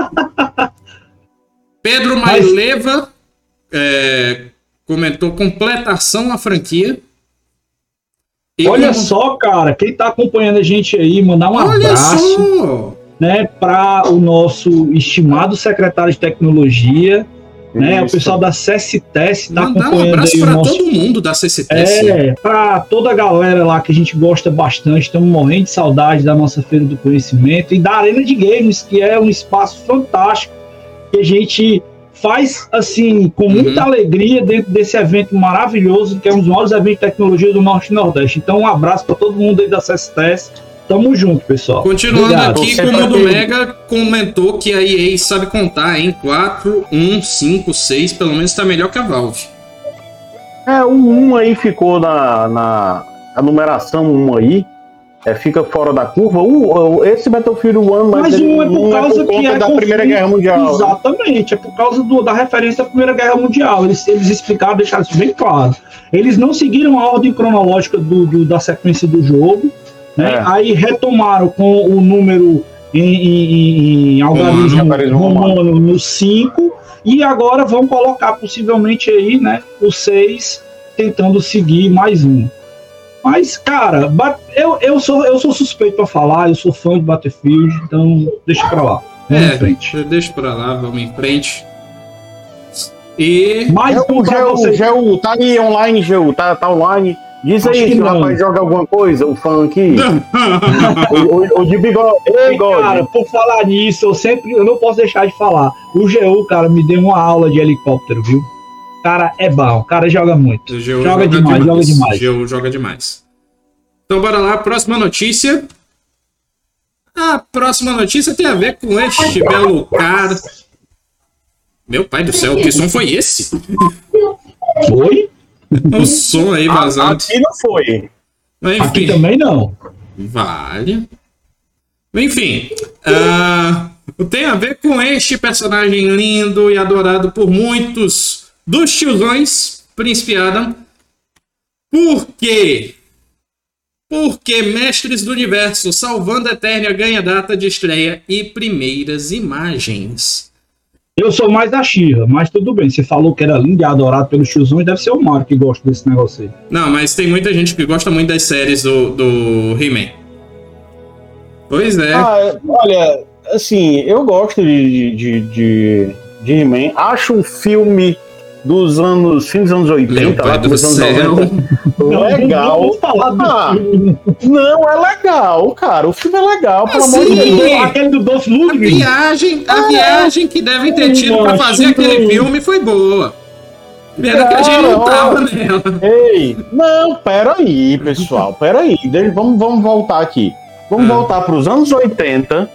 Pedro Mas- Maileva é, comentou completação à franquia. E Olha como- só, cara, quem tá acompanhando a gente aí, mandar um Olha abraço, só! né, para o nosso estimado secretário de tecnologia, né, o Isso. pessoal da C S T E S tá Mandar um acompanhando abraço aí o para nosso. todo mundo da C C T S. É, para toda a galera lá que a gente gosta bastante, estamos morrendo de saudade da nossa Feira do Conhecimento e da Arena de Games, que é um espaço fantástico que a gente faz assim com muita alegria dentro desse evento maravilhoso, que é um dos maiores eventos de tecnologia do Norte e Nordeste. Então, um abraço para todo mundo aí da C S T E S. Tamo junto, pessoal. Continuando Obrigado. aqui, Você como o pra do quem- Mega comentou que a E A sabe contar em quatro, um, cinco, seis, pelo menos tá melhor que a Valve. É, o um aí ficou na, na a numeração um aí, é, fica fora da curva. O, o- esse Battlefield um, mas, Mas ele um é por não causa por que conta é da Primeira conflito. Guerra Mundial. né? Exatamente, é por causa do- da referência à Primeira Guerra Mundial. Eles, eles explicaram, deixaram isso bem claro. Eles não seguiram a ordem cronológica do, do- da sequência do jogo, né? É. Aí retomaram com o número em, em, em algarismo Algarismo romano no cinco, e agora vão colocar possivelmente aí, né, o seis, tentando seguir mais um. Mas, cara, ba- eu, eu, sou, eu sou suspeito pra falar, eu sou fã de Battlefield, então deixa pra lá. Vamos em frente. É, deixa pra lá, vamos em frente. E Mais É um o pra Geu, vocês. Geu, tá aí online, Geu, tá, tá online. Diz Acho aí que se o não. rapaz joga alguma coisa, o fã aqui. o, o, o de bigode. Ei, Cara, bigode. por falar nisso, eu sempre, eu não posso deixar de falar. O G U, cara, me deu uma aula de helicóptero, viu? Cara, é bom, o cara joga muito. O G U Joga demais, joga demais. O G U joga demais. Então bora lá, próxima notícia. A próxima notícia tem a ver com este belo cara. Meu pai do céu, que som foi esse? Foi? O som aí vazando. Aqui não foi. Mas, Aqui enfim, também não. vale. Enfim, ah, tem a ver com este personagem lindo e adorado por muitos dos tiozões, Príncipe Adam. Por quê? Porque Mestres do Universo, Salvando a Eternia ganha data de estreia e primeiras imagens. Eu sou mais da She-Ra, mas tudo bem. Você falou que era lindo e adorado pelos tiozões, deve ser o Mario que gosta desse negócio aí. Não, mas tem muita gente que gosta muito das séries do, do He-Man. Pois é. Ah, olha, assim, eu gosto de, de, de, de He-Man. Acho um filme dos anos, fim dos anos oitenta, Meu pai lá do dos anos céu. noventa. Legal. Vamos falar do Ah, filme. não, é legal, cara. O filme é legal, pelo amor de sim. Deus. Aquele do Dolph A Lundgren. viagem, a viagem que devem ter tido pra Nossa, fazer aquele não. filme foi boa. Pena que a gente não Cara, tava ó. nela. Ei, não, peraí, pessoal, peraí. Deixa- Vamos, vamos voltar aqui. Vamos Ah. voltar para os anos oitenta.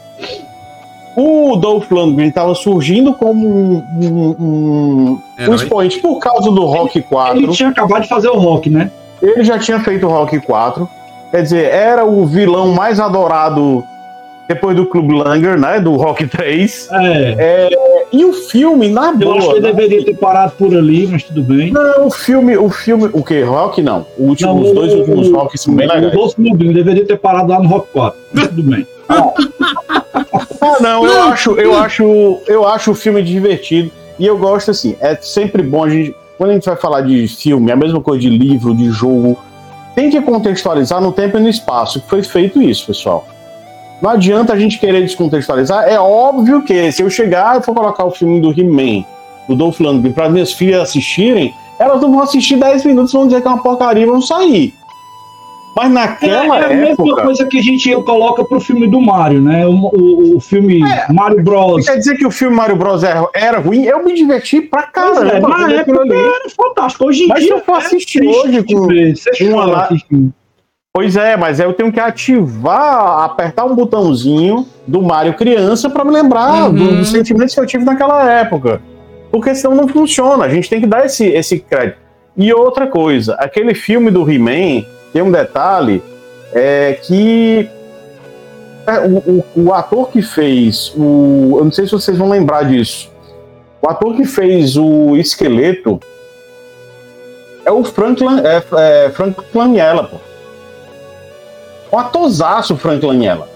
O Dolph Lundgren estava surgindo como um, um, um, um Herói. expoente por causa do Rock quatro. Ele tinha acabado de fazer o Rock, né? Ele já tinha feito o Rock quatro. Quer dizer, era o vilão mais adorado depois do Clube Langer, né? Do Rock três. É. E o filme, na Eu acho boa. que ele né? deveria ter parado por ali, mas tudo bem. Não, o filme, o filme. O que? Rock não. O último, Não, os dois o- últimos o- Rock são bem O legais. Dolph Lundgren deveria ter parado lá no Rock quatro. Mas tudo bem. Ah, não, eu acho, eu acho, eu acho o filme divertido e eu gosto assim. É sempre bom a gente, quando a gente vai falar de filme, a mesma coisa de livro, de jogo, tem que contextualizar no tempo e no espaço. Que foi feito isso, pessoal. Não adianta a gente querer descontextualizar. É óbvio que se eu chegar e for colocar o filme do He-Man, do Dolph Lundgren, para as minhas filhas assistirem, elas não vão assistir dez minutos, vão dizer que é uma porcaria e vão sair. Mas É, naquela é a mesma época. coisa que a gente coloca pro filme do Mario, né? O, o, o filme É. Mario Bros. Quer dizer que o filme Mario Bros. era, era ruim? Eu me diverti pra Pois caramba. é, na vendo aquilo época ali. era fantástico. Hoje em Mas dia se eu for é assistir triste hoje de com ver. Você uma chora lá- assistindo. Pois é, mas eu tenho que ativar, apertar um botãozinho do Mario criança pra me lembrar Uhum. do- dos sentimentos que eu tive naquela época. Porque senão não funciona. A gente tem que dar esse, esse crédito. E outra coisa, aquele filme do He-Man tem um detalhe é que é, o, o, o ator que fez o. Eu não sei se vocês vão lembrar disso. O ator que fez o esqueleto é o Frank, Lan- é, é, Frank Langella, pô. Um atorzaço, Frank Langella.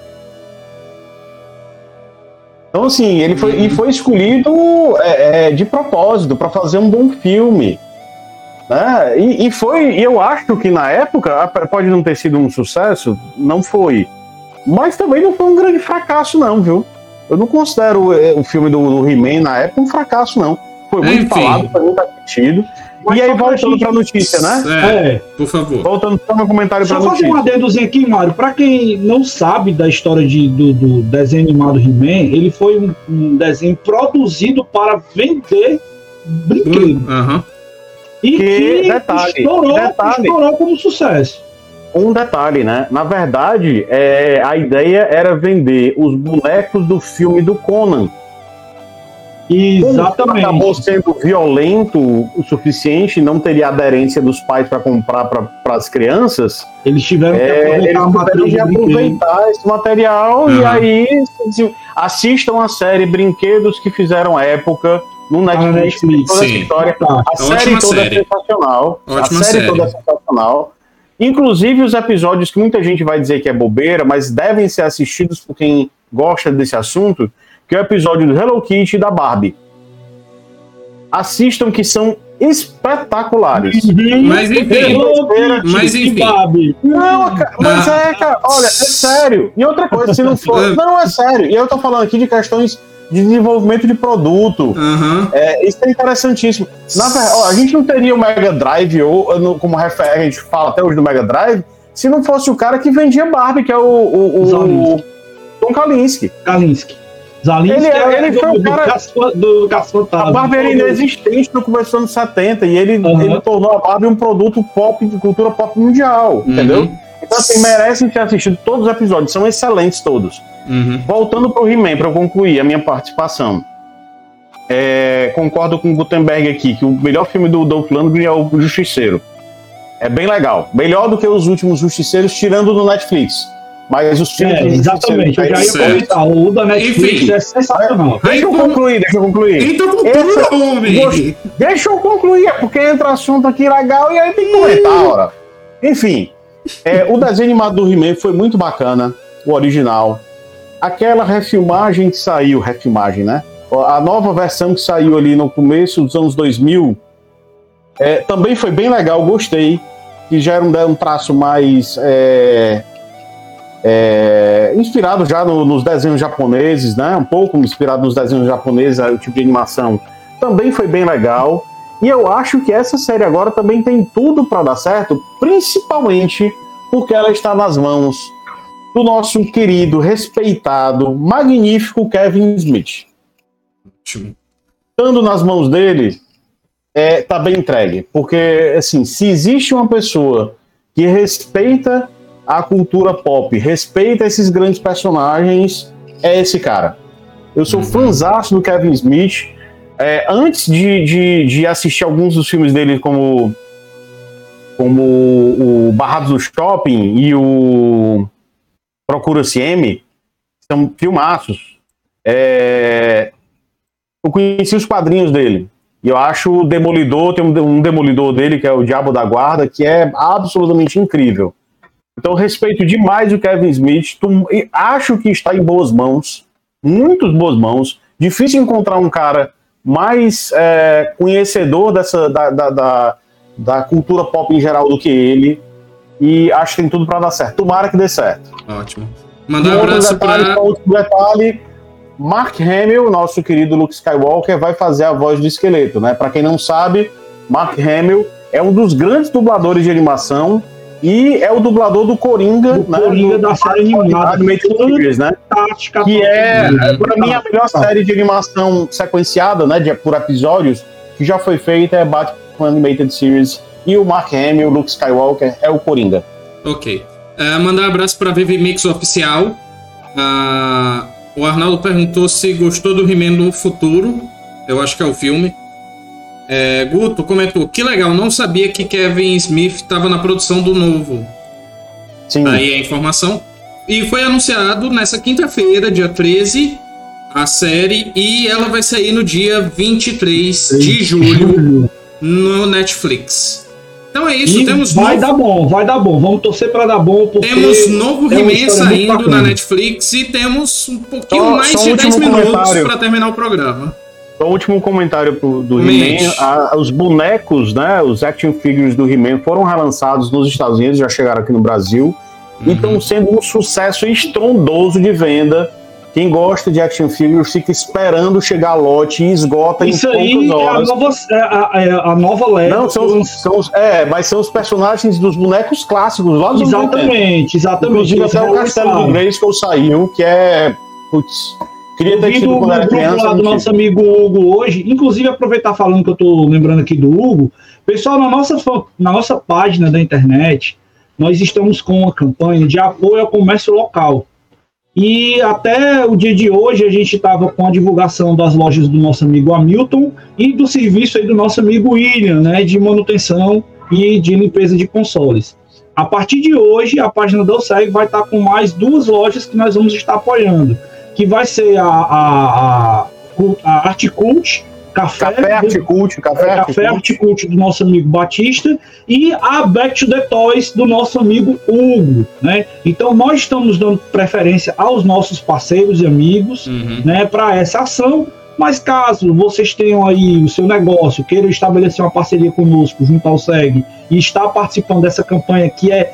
Então, assim, ele foi, e foi escolhido é, é, de propósito para fazer um bom filme. Né? E, e foi, eu acho que na época, pode não ter sido um sucesso, não foi. Mas também não foi um grande fracasso, não, viu? Eu não considero é, o filme do, do He-Man na época um fracasso, não. Foi muito Enfim. falado, foi muito assistido. Mas E aí, só pra voltando gente- para a notícia, né? É, É. por favor. Voltando para o meu comentário para Só a fazer notícia. um adendozinho aqui, Mário. Pra quem não sabe da história de, do, do desenho animado He-Man, ele foi um, um desenho produzido para vender brinquedo. Aham. E Que, que detalhe, estourou, detalhe. estourou como sucesso. Um detalhe, né? Na verdade, é, a ideia era vender os bonecos do filme do Conan. Como Exatamente. acabou sendo violento o suficiente, não teria aderência dos pais para comprar para as crianças, Eles tiveram que é, eles aproveitar a tiveram matriz de de brinquedo. aproveitar esse material e Uhum. aí se- assistam a série Brinquedos que Fizeram Época no Netflix. Netflix, Tem toda essa sim. história. Fantástico. A série Ótima toda série. é sensacional. Ótima a série, série. toda é sensacional. Inclusive os episódios que muita gente vai dizer que é bobeira, mas devem ser assistidos por quem gosta desse assunto, que é o episódio do Hello Kitty e da Barbie. Assistam que são espetaculares. Mas enfim, mas enfim. Babi. Não, cara, mas é, cara, olha, é sério. E outra coisa, se não for. Não, não é sério. E eu tô falando aqui de questões de desenvolvimento de produto. Uhum. É, isso é interessantíssimo. Na verdade, ó, a gente não teria o Mega Drive, ou, no, como refer- a gente fala até hoje do Mega Drive, se não fosse o cara que vendia Barbie, que é o, o, o Tom Kalinske. Kalinske. Zalinski ele, é ele do, foi o cara. Do, do, do a Barbie era inexistente no começo dos anos setenta e ele, uhum. ele tornou a Barbie um produto pop, de cultura pop mundial, uhum. entendeu? Então, assim, merecem ser assistidos todos os episódios, são excelentes todos. Uhum. Voltando pro He-Man, para eu concluir a minha participação. É, concordo com o Gutenberg aqui, que o melhor filme do Dolph Lundgren é o Justiceiro. É bem legal. Melhor do que os últimos Justiceiros, tirando do Netflix. Mas os filmes é, exatamente, eu já ia comentar. O da Netflix Enfim, é sensacional. Deixa eu concluir, deixa eu concluir. Então conclui, Deixa eu concluir, é porque entra assunto aqui legal e aí tem que comentar, ora. Enfim, é, o desenho animado do He-Man foi muito bacana, o original. Aquela refilmagem que saiu, refilmagem, né? A nova versão que saiu ali no começo dos anos dois mil, é, também foi bem legal, gostei. Que já era um, um traço mais... É, É, inspirado já no, nos desenhos japoneses, né? Um pouco inspirado nos desenhos japoneses, o tipo de animação também foi bem legal. E eu acho que essa série agora também tem tudo para dar certo, principalmente porque ela está nas mãos do nosso querido, respeitado, magnífico Kevin Smith. Estando nas mãos dele, é, tá bem entregue. Porque, assim, se existe uma pessoa que respeita a cultura pop, respeita esses grandes personagens, é esse cara. Eu sou uhum. fãzaço do Kevin Smith. É, antes de, de, de assistir alguns dos filmes dele, como, como o Barrados do Shopping e o Procura-se M, são filmaços. É, eu conheci os quadrinhos dele. E eu acho o Demolidor, tem um, um Demolidor dele, que é o Diabo da Guarda, que é absolutamente incrível. Então, respeito demais o Kevin Smith. Tu, acho que está em boas mãos, muito boas mãos. Difícil encontrar um cara mais é, conhecedor dessa, da, da, da, da cultura pop em geral do que ele. E acho que tem tudo para dar certo. Tomara que dê certo. Ótimo. Mandar um abraço para... Outro detalhe, Mark Hamill, nosso querido Luke Skywalker, vai fazer a voz do esqueleto, né? Para quem não sabe, Mark Hamill é um dos grandes dubladores de animação. E é o dublador do Coringa, do né? Coringa do, da série animada, Series, né? Que é, é para mim, a melhor série de animação sequenciada, né? De, por episódios, que já foi feita, é Batman Animated Series. E o Mark Hamill, o Luke Skywalker, é o Coringa. Ok. Uh, mandar um abraço para a V V Mix Oficial. Uh, o Arnaldo perguntou se gostou do He-Man no futuro. Eu acho que é o filme. É, Guto comentou, que legal, não sabia que Kevin Smith estava na produção do novo. Sim. Aí a informação. E foi anunciado nessa quinta-feira, dia treze, a série, e ela vai sair no dia vinte e três de julho no Netflix. Então é isso, e temos vai novo... dar bom, vai dar bom, vamos torcer para dar bom, porque temos novo é He-Man saindo na Netflix e temos um pouquinho só, mais só de dez minutos para terminar o programa. O último comentário pro, do He-Man, os bonecos, né, os action figures do He-Man foram relançados nos Estados Unidos, já chegaram aqui no Brasil, uhum. e estão sendo um sucesso estrondoso de venda. Quem gosta de action figures fica esperando chegar a lote e esgota Isso em poucas horas. Isso aí é a nova, é a, a nova leva. Não, são os, são os, é, mas são os personagens dos bonecos clássicos lá dos Exatamente, exatamente. Inclusive até o Castelo do Grayskull saiu, que é... Putz, queria ter tido quando era criança. Lá do nosso amigo Hugo hoje, inclusive aproveitar falando que eu tô lembrando aqui do Hugo, pessoal, na nossa, na nossa página da internet, nós estamos com uma campanha de apoio ao comércio local. E até o dia de hoje a gente estava com a divulgação das lojas do nosso amigo Hamilton e do serviço aí do nosso amigo William, né, de manutenção e de limpeza de consoles. A partir de hoje, a página do SEG vai estar com mais duas lojas que nós vamos estar apoiando, que vai ser a, a, a, a Articult, Café, Café Articult, Café, é, Café Articult do nosso amigo Batista e a Back to the Toys do nosso amigo Hugo, né? Então nós estamos dando preferência aos nossos parceiros e amigos, uhum. né, para essa ação. Mas caso vocês tenham aí o seu negócio, queiram estabelecer uma parceria conosco junto ao SEG e estar participando dessa campanha que é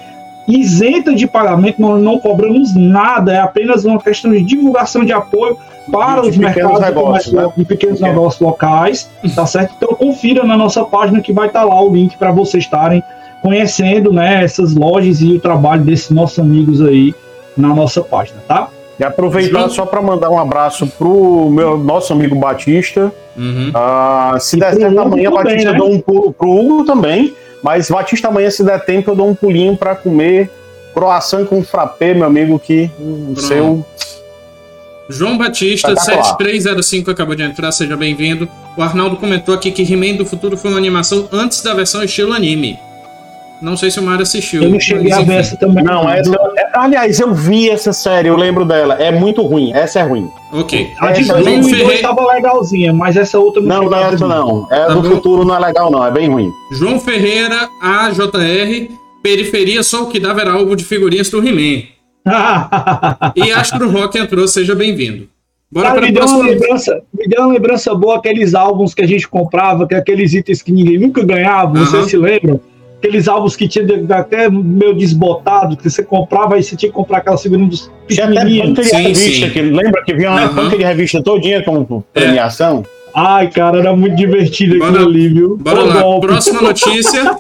isenta de pagamento, nós não cobramos nada, é apenas uma questão de divulgação de apoio para de os mercados negócios, de, né? de pequenos Pequeno. negócios locais, tá certo? Então confira na nossa página que vai estar lá o link para vocês estarem conhecendo, né, essas lojas e o trabalho desses nossos amigos aí na nossa página, tá? E aproveitar João. só para mandar um abraço pro meu nosso amigo Batista. Uhum. Ah, se E der pro certo Hugo amanhã, também, Batista, né? eu dou um pulo pro Hugo também. Mas Batista, amanhã, se der tempo, eu dou um pulinho para comer croissant com frappé, meu amigo, que o Pronto. seu. João Batista, Espetacular. sete três zero cinco, acabou de entrar, seja bem-vindo. O Arnaldo comentou aqui que He-Man do futuro foi uma animação antes da versão estilo anime. Não sei se o Mário assistiu. Eu não cheguei mas, a ver enfim. essa também. Não, essa. é- aliás, eu vi essa série, eu lembro dela. É muito ruim. Essa é ruim. Ok. A de Essa dois mil e João dois Ferreira, estava legalzinha, mas essa outra eu não Não, cheguei não a é ver. essa não. É Tá do bom. futuro, não é legal, não. É bem ruim. João Ferreira, A J R, periferia só o que dava era álbum de figurinhas do He-Man. E Astro Rock entrou, seja bem-vindo. Bora Cara, para me a deu, uma próxima. lembrança, me deu uma lembrança boa aqueles álbuns que a gente comprava, que aqueles itens que ninguém nunca ganhava, Aham. vocês se lembram? Aqueles álbuns que tinha de- até meio desbotado, que você comprava e você tinha que comprar aquela figurinha dos Tinha até pequenininhos. banca de Sim, revista, sim. que, lembra que vinha uma Aham. banca de revista todinha como premiação? Ai, cara, era muito divertido Bora- aquilo ali, viu? Bora Ô, lá, golpe. próxima notícia.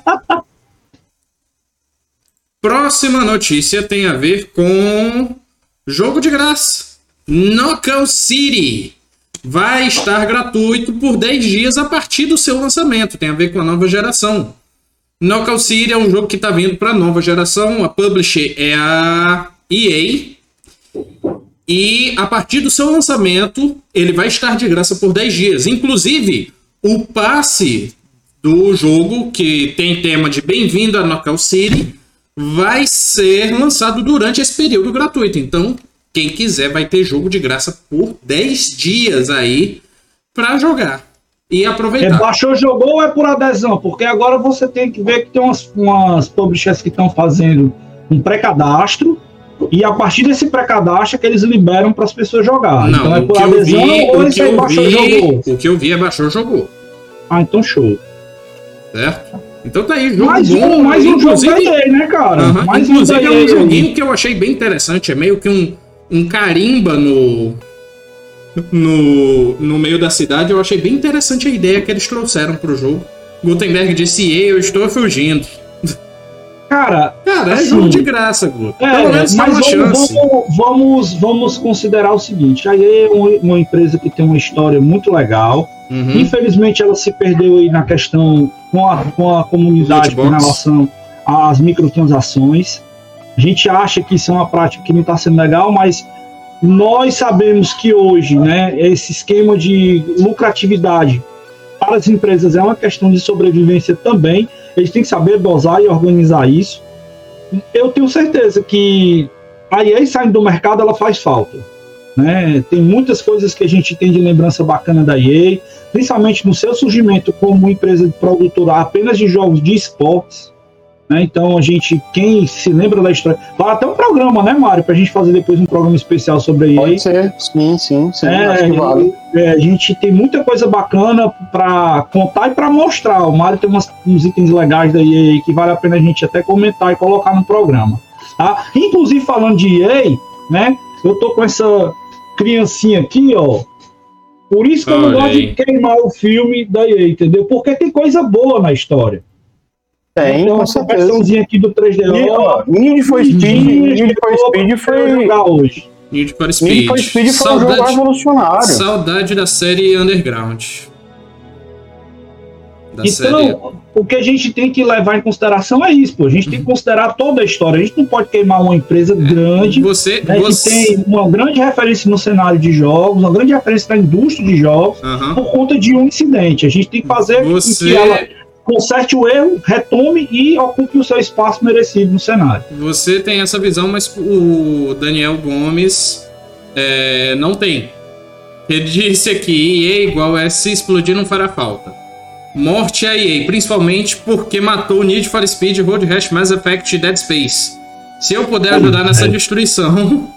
Próxima notícia tem a ver com jogo de graça. Knockout City vai estar gratuito por dez dias a partir do seu lançamento. Tem a ver com a nova geração. Knockout City é um jogo que está vindo para a nova geração. A publisher é a E A. E a partir do seu lançamento, ele vai estar de graça por dez dias. Inclusive, o passe do jogo, que tem tema de Bem-vindo a Knockout City, vai ser lançado durante esse período gratuito. Então, quem quiser vai ter jogo de graça por dez dias aí para jogar e É, aproveitar. baixou, jogou ou é por adesão? Porque agora você tem que ver que tem umas, umas publishers que estão fazendo um pré-cadastro e a partir desse pré-cadastro é que eles liberam para as pessoas jogarem. Não, Então é o por que eu adesão vi, ou o eles que aí eu baixou, jogou? vi, o que eu vi é baixou, jogou, Ah, então show. certo? Então tá aí, jogo Mais bom, um, mais um jogo inclusive- da E A, né, cara? Aham, Mais inclusive um é da um E A. joguinho que eu achei bem interessante, é meio que um, um carimba no, no, no meio da cidade. Eu achei bem interessante a ideia que eles trouxeram pro jogo. Gutenberg disse, "E eu estou fugindo." Cara, Cara, é assim, jogo de graça, Guto. É, Pelo menos dá mas uma vamos, chance. vamos, vamos, vamos considerar o seguinte: a E A é uma, uma empresa que tem uma história muito legal. Uhum. Infelizmente, ela se perdeu aí na questão com a, com a comunidade com Lootbox. relação às microtransações. A gente acha que isso é uma prática que não está sendo legal, mas nós sabemos que hoje, né, esse esquema de lucratividade para as empresas é uma questão de sobrevivência também. Eles têm que saber dosar e organizar isso. Eu tenho certeza que a E A saindo do mercado, ela faz falta. Né? Tem muitas coisas que a gente tem de lembrança bacana da E A, principalmente no seu surgimento como empresa produtora apenas de jogos de esportes. Né? Então, a gente, quem se lembra da história... Vai até um programa, né, Mário? Pra gente fazer depois um programa especial sobre a E A. Pode ser, sim, sim, sim. É, acho que vale. é, a gente tem muita coisa bacana para contar e para mostrar. O Mário tem umas, uns itens legais da E A que vale a pena a gente até comentar e colocar no programa. Tá? Inclusive, falando de E A, né? Eu tô com essa criancinha aqui, ó. Por isso que eu não Olha gosto aí. de queimar o filme da E A, entendeu? Porque tem coisa boa na história. Tem, então, com essa certeza. versãozinha aqui do três D O. E, ó, Need for Speed, Need for Speed eu foi... vou jogar hoje. Need for Speed. Need for Speed foi um jogo Saudade, revolucionário. saudade da série Underground. Da série... Então, o que a gente tem que levar em consideração é isso, pô. A gente tem que considerar toda a história. A gente não pode queimar uma empresa grande, Você... né, você... que tem uma grande referência no cenário de jogos, uma grande referência na indústria de jogos, Aham. por conta de um incidente. A gente tem que fazer com Você- que ela conserte o erro, retome e ocupe o seu espaço merecido no cenário. Você tem essa visão, mas o Daniel Gomes é, não tem. Ele disse aqui, E A igual é se explodir não fará falta. Morte a E A, principalmente porque matou Need for Speed, Road Rash, Mass Effect e Dead Space. Se eu puder ajudar nessa destruição...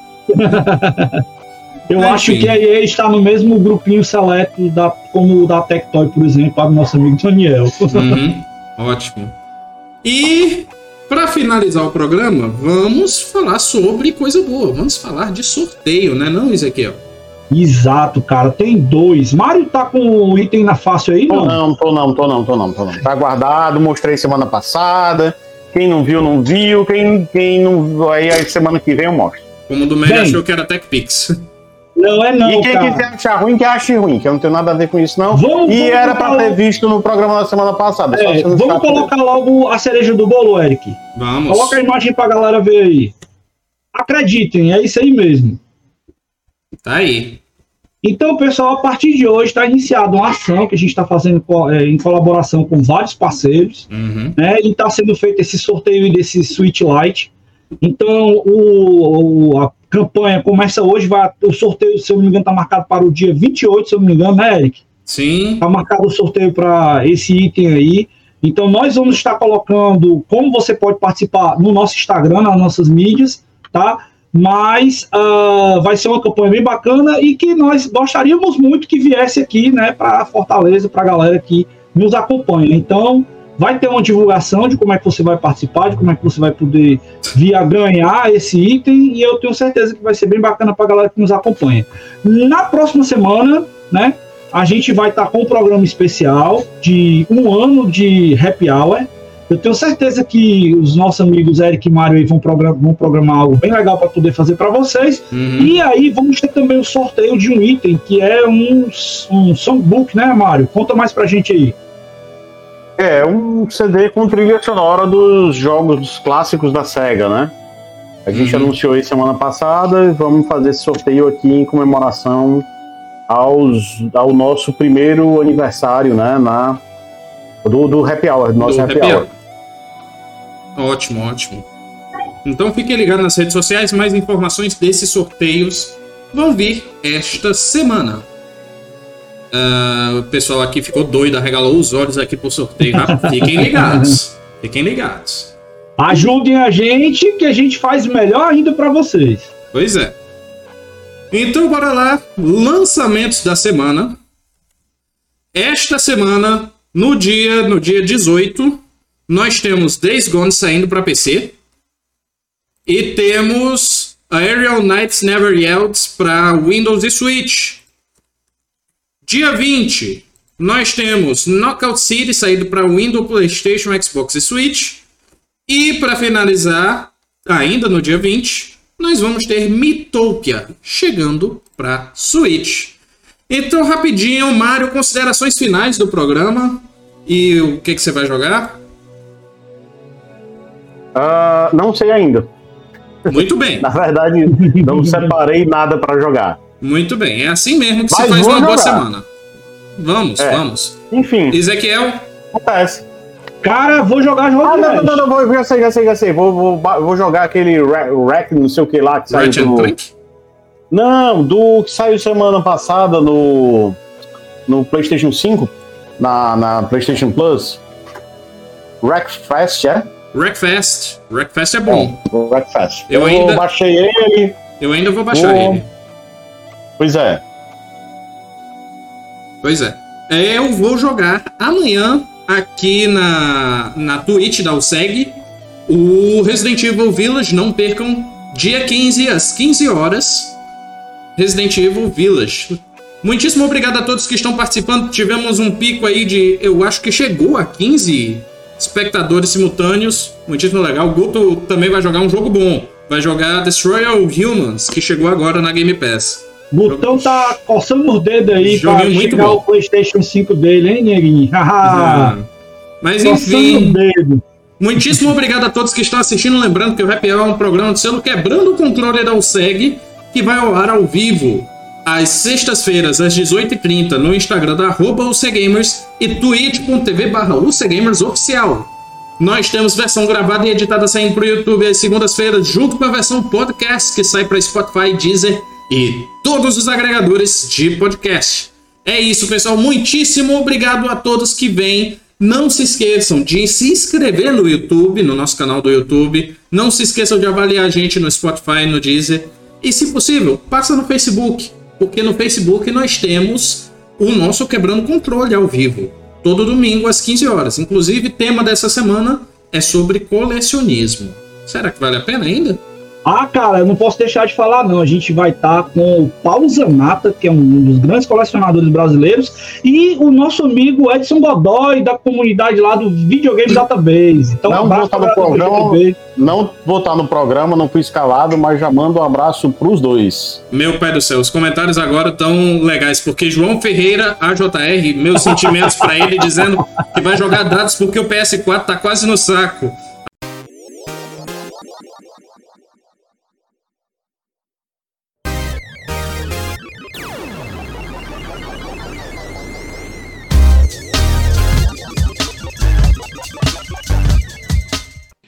Eu Enfim. acho que a E A está no mesmo grupinho seleto da, como o da Tectoy, por exemplo, para o nosso amigo Daniel. Uhum, ótimo. E para finalizar o programa, vamos falar sobre coisa boa. Vamos falar de sorteio, né, não, Ezequiel? Exato, cara. Tem dois. Mário tá com o item na fácil aí, não? Tô não, tô não, tô não, tô não, tô não. Tá guardado, mostrei semana passada. Quem não viu, não viu. Quem, quem não viu, aí a semana que vem eu mostro. Como o do Mega achou que era TechPix. Não é não, E quem cara. quiser achar ruim, que ache ruim, que eu não tenho nada a ver com isso, não. Vamos, e vamos era pra colocar... ter visto no programa da semana passada. É, só vamos colocar logo a cereja do bolo, Eric. Vamos. Coloca a imagem pra galera ver aí. Acreditem, é isso aí mesmo. Tá aí. Então, pessoal, a partir de hoje está iniciada uma ação que a gente está fazendo é, em colaboração com vários parceiros, Uhum. né? E está sendo feito esse sorteio desse Switch Lite. Então, o, o, a campanha começa hoje, vai, o sorteio, se eu não me engano, está marcado para o dia vinte e oito, se eu não me engano, né, Eric? Sim. Está marcado o sorteio para esse item aí. Então, nós vamos estar colocando como você pode participar no nosso Instagram, nas nossas mídias, tá? Mas uh, vai ser uma campanha bem bacana e que nós gostaríamos muito que viesse aqui, né, para Fortaleza, para a galera que nos acompanha. Então, vai ter uma divulgação de como é que você vai participar, de como é que você vai poder vir a ganhar esse item, e eu tenho certeza que vai ser bem bacana para a galera que nos acompanha. Na próxima semana, né, a gente vai estar com um programa especial de um ano de Happy Hour. Eu tenho certeza que os nossos amigos Eric e Mário aí vão, programar, vão programar algo bem legal para poder fazer para vocês. Uhum. E aí vamos ter também o sorteio de um item, que é um, um songbook, né, Mário? Conta mais pra gente aí. É, um C D com trilha sonora dos jogos clássicos da SEGA, né? A gente Uhum. anunciou isso semana passada e vamos fazer esse sorteio aqui em comemoração aos, ao nosso primeiro aniversário, né? Na, do, do Happy Hour, do nosso Do Happy, Happy Hour. Hour. Ótimo, ótimo. Então fiquem ligados nas redes sociais, mais informações desses sorteios vão vir esta semana. Uh, o pessoal aqui ficou doido, arregalou os olhos aqui pro sorteio. Fiquem ligados. Fiquem ligados. Ajudem a gente, que a gente faz melhor ainda para vocês. Pois é. Então bora lá. Lançamentos da semana. Esta semana, no dia, no dia dezoito, nós temos Days Gone saindo para P C. E temos Aerial Knights Never Yields para Windows e Switch. Dia vinte, nós temos Knockout City saindo para Windows, PlayStation, Xbox e Switch. E para finalizar, ainda no dia vinte, nós vamos ter Miitopia chegando para Switch. Então, rapidinho, Mário, considerações finais do programa. E o que, que você vai jogar? Uh, não sei ainda. Muito bem. Na verdade, não separei nada para jogar. Muito bem. É assim mesmo que Mas se faz vou uma boa jogar. semana. Vamos, É. vamos. Enfim, Ezequiel? acontece. Cara, vou jogar jogo Ah, de não, não, Flash. não, não, vou, já sei, já sei, já sei. Vou, vou, ba- vou jogar aquele Rack, não sei o que lá que saiu Ratchet and do... Clank? Não, do que saiu semana passada no, no PlayStation cinco, na, na PlayStation Plus. Wreckfest, é? Wreckfest. Wreckfest é bom. Bom, Wreckfest. Eu Eu, ainda- baixei ele. Eu ainda vou baixar Bom. ele. Pois é. Pois é. É, eu vou jogar amanhã aqui na, na Twitch da U S E G o Resident Evil Village. Não percam, dia quinze às quinze horas. Resident Evil Village. Muitíssimo obrigado a todos que estão participando. Tivemos um pico aí de, eu acho que chegou a quinze espectadores simultâneos. Muitíssimo legal. O Guto também vai jogar um jogo bom. Vai jogar Destroy All Humans, que chegou agora na Game Pass. Botão tá coçando os dedos aí Jogo pra muito chegar bom. o PlayStation cinco dele, hein, neguinho? Haha. Ah, Mas Coçando os enfim, dedos. muitíssimo obrigado a todos que estão assistindo. Lembrando que o Happy Hour é um programa de selo quebrando o controle da U S E G, que vai ao ar ao vivo às sextas-feiras, às dezoito e trinta, no Instagram da arroba UCGamers e twitch.tv barra UCGamers oficial. Nós temos versão gravada e editada saindo para o YouTube às segundas-feiras, junto com a versão podcast que sai para Spotify, Deezer e todos os agregadores de podcast. É isso, pessoal. Muitíssimo obrigado a todos que vêm. Não se esqueçam de se inscrever no YouTube, no nosso canal do YouTube. Não se esqueçam de avaliar a gente no Spotify, no Deezer. E, se possível, passa no Facebook. Porque no Facebook nós temos o nosso Quebrando Controle ao vivo. Todo domingo às quinze horas. Inclusive, tema dessa semana, é sobre colecionismo. Será que vale a pena ainda? Ah, cara, eu não posso deixar de falar, não. A gente vai estar tá com o Paulo Zanata, que é um dos grandes colecionadores brasileiros, e o nosso amigo Edson Godoy, da comunidade lá do Videogame Database. Então, não um vou estar no programa, não vou estar no programa, não fui escalado, mas já mando um abraço pros dois. Meu pai do céu, os comentários agora estão legais, porque João Ferreira, A J R, meus sentimentos pra ele, dizendo que vai jogar dados porque o P S quatro tá quase no saco.